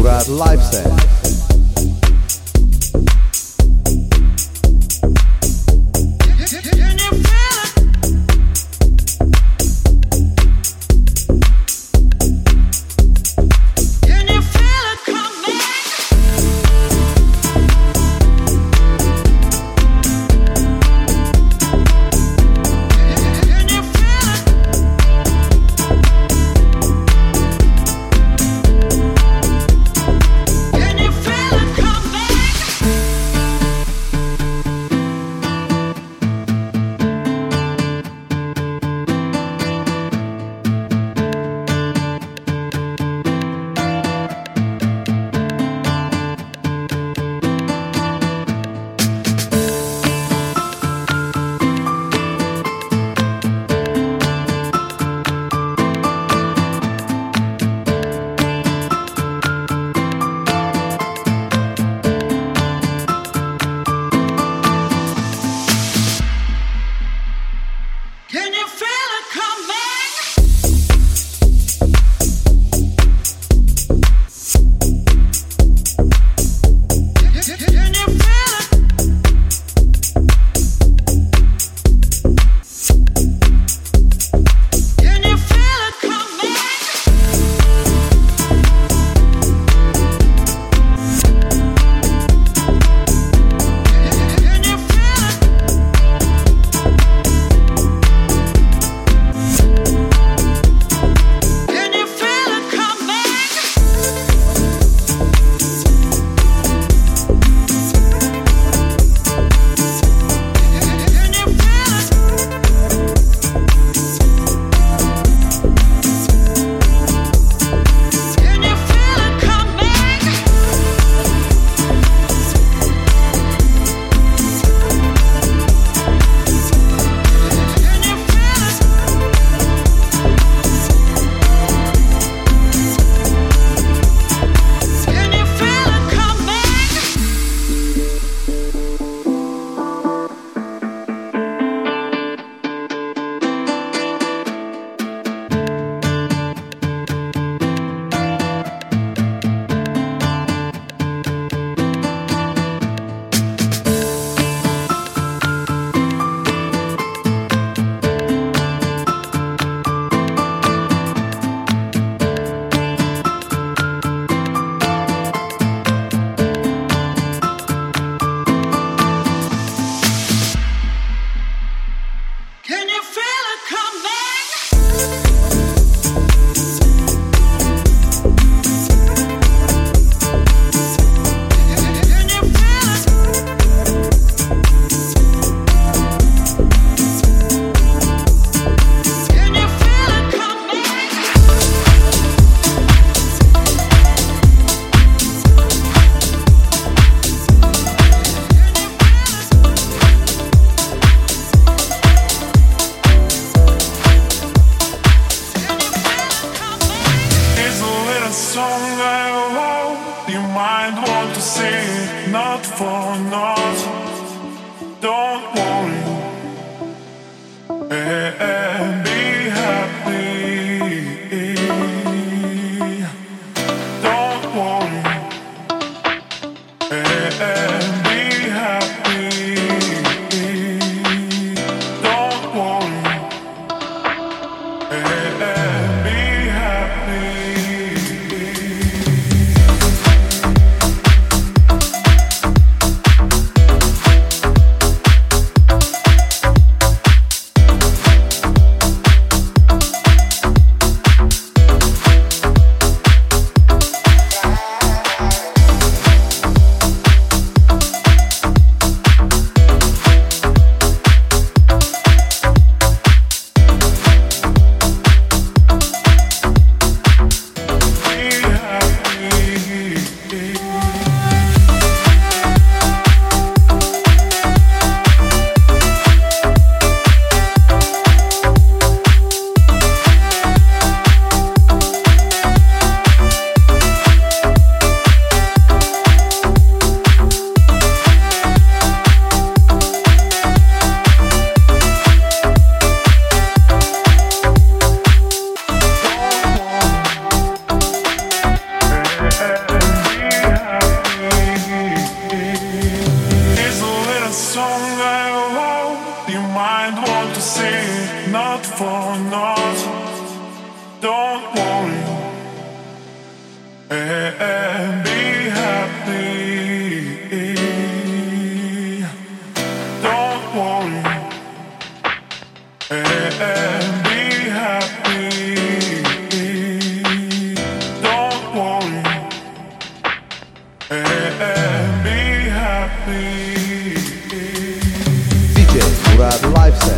Murad live set.
not. Don't worry and be happy. Don't worry and be happy. Don't worry and be happy.
D J Murad Live Set.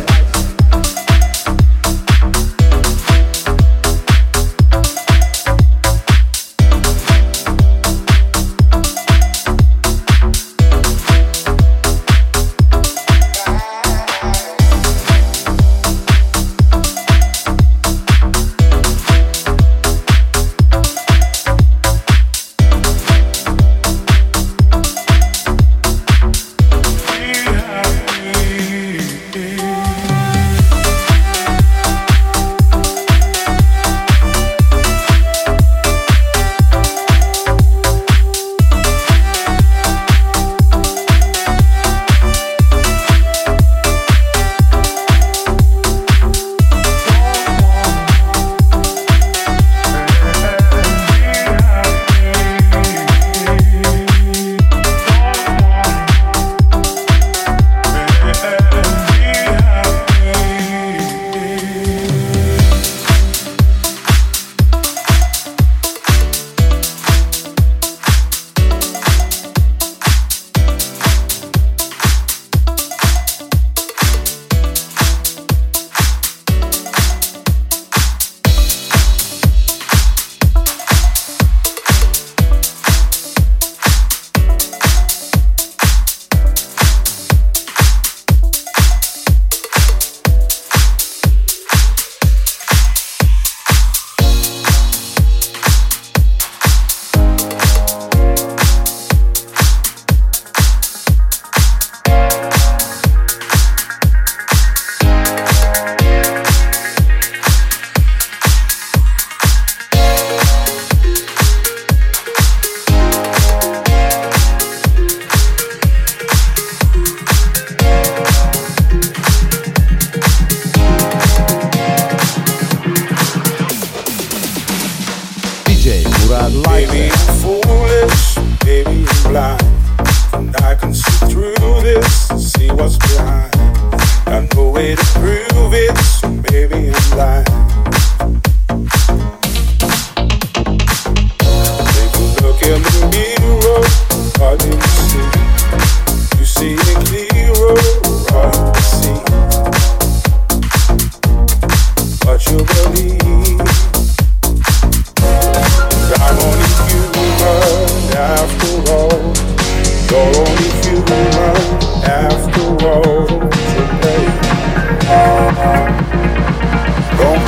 Baby, I'm foolish, baby, I'm blind, and I can see through this, see what's behind. Got no way to prove it, so baby, I'm blind. Take a look in the mirror, what do you see? You see it clearer, what you see? What you believe? I'm only human after all. You're only human after all. So play. Don't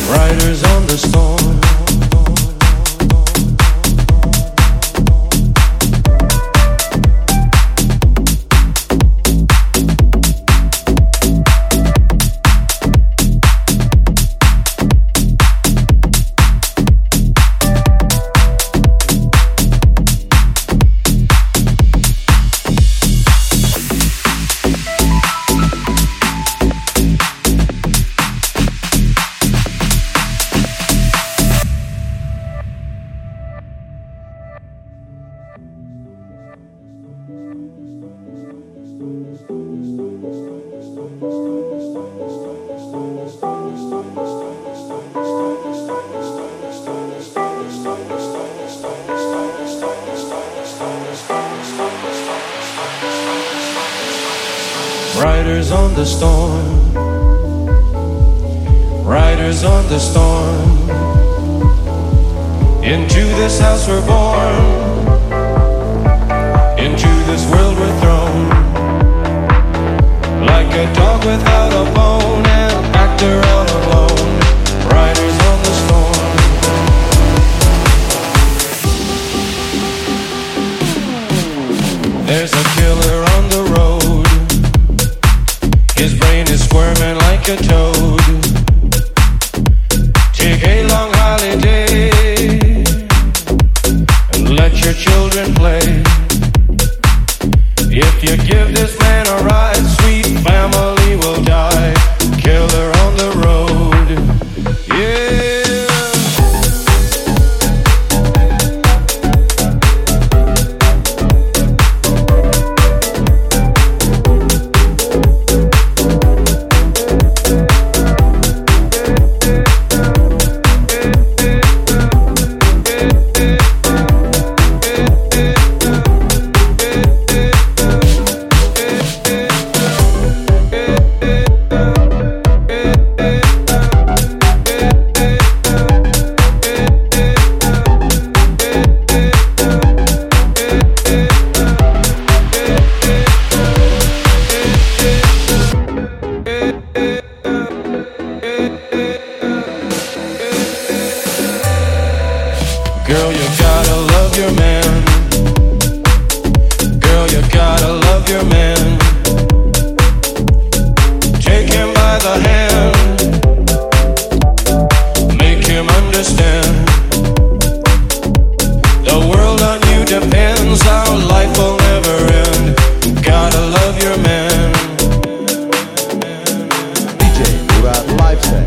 Riders on the storm. Riders on the storm, riders on the storm. Into this house we're born, into this world we're thrown. Like a dog without a bone, an actor all alone. Riders on the storm. There's a killer on the road. His brain is squirming like a toad. Take a long holiday and let your children play. If you give this man a ride, sweet family will die. Killer on the road, yeah. Girl, you gotta love your man. Girl, you gotta love your man. Take him by the hand, make him understand. The world on you depends, our life will never end. Gotta love your man.
D J Murad Live Set.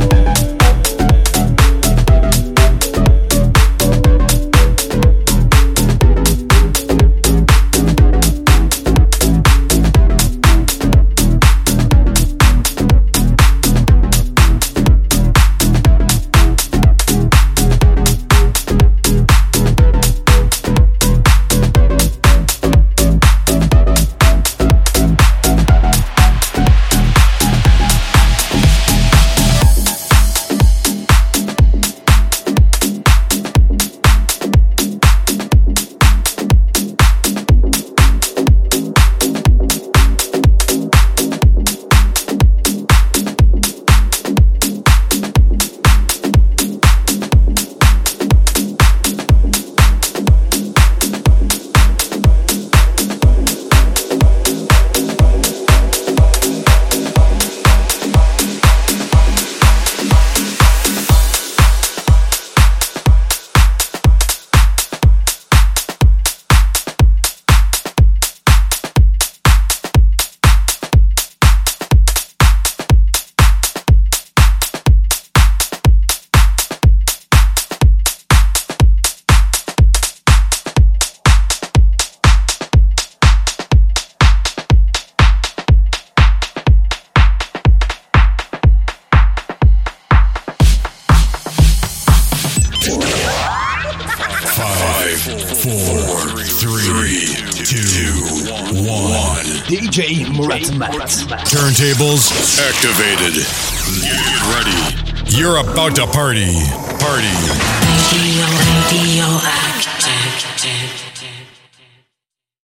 D J Murat Matt.
Turntables activated. Get ready. You're about to party. Party.
Radio, radio active.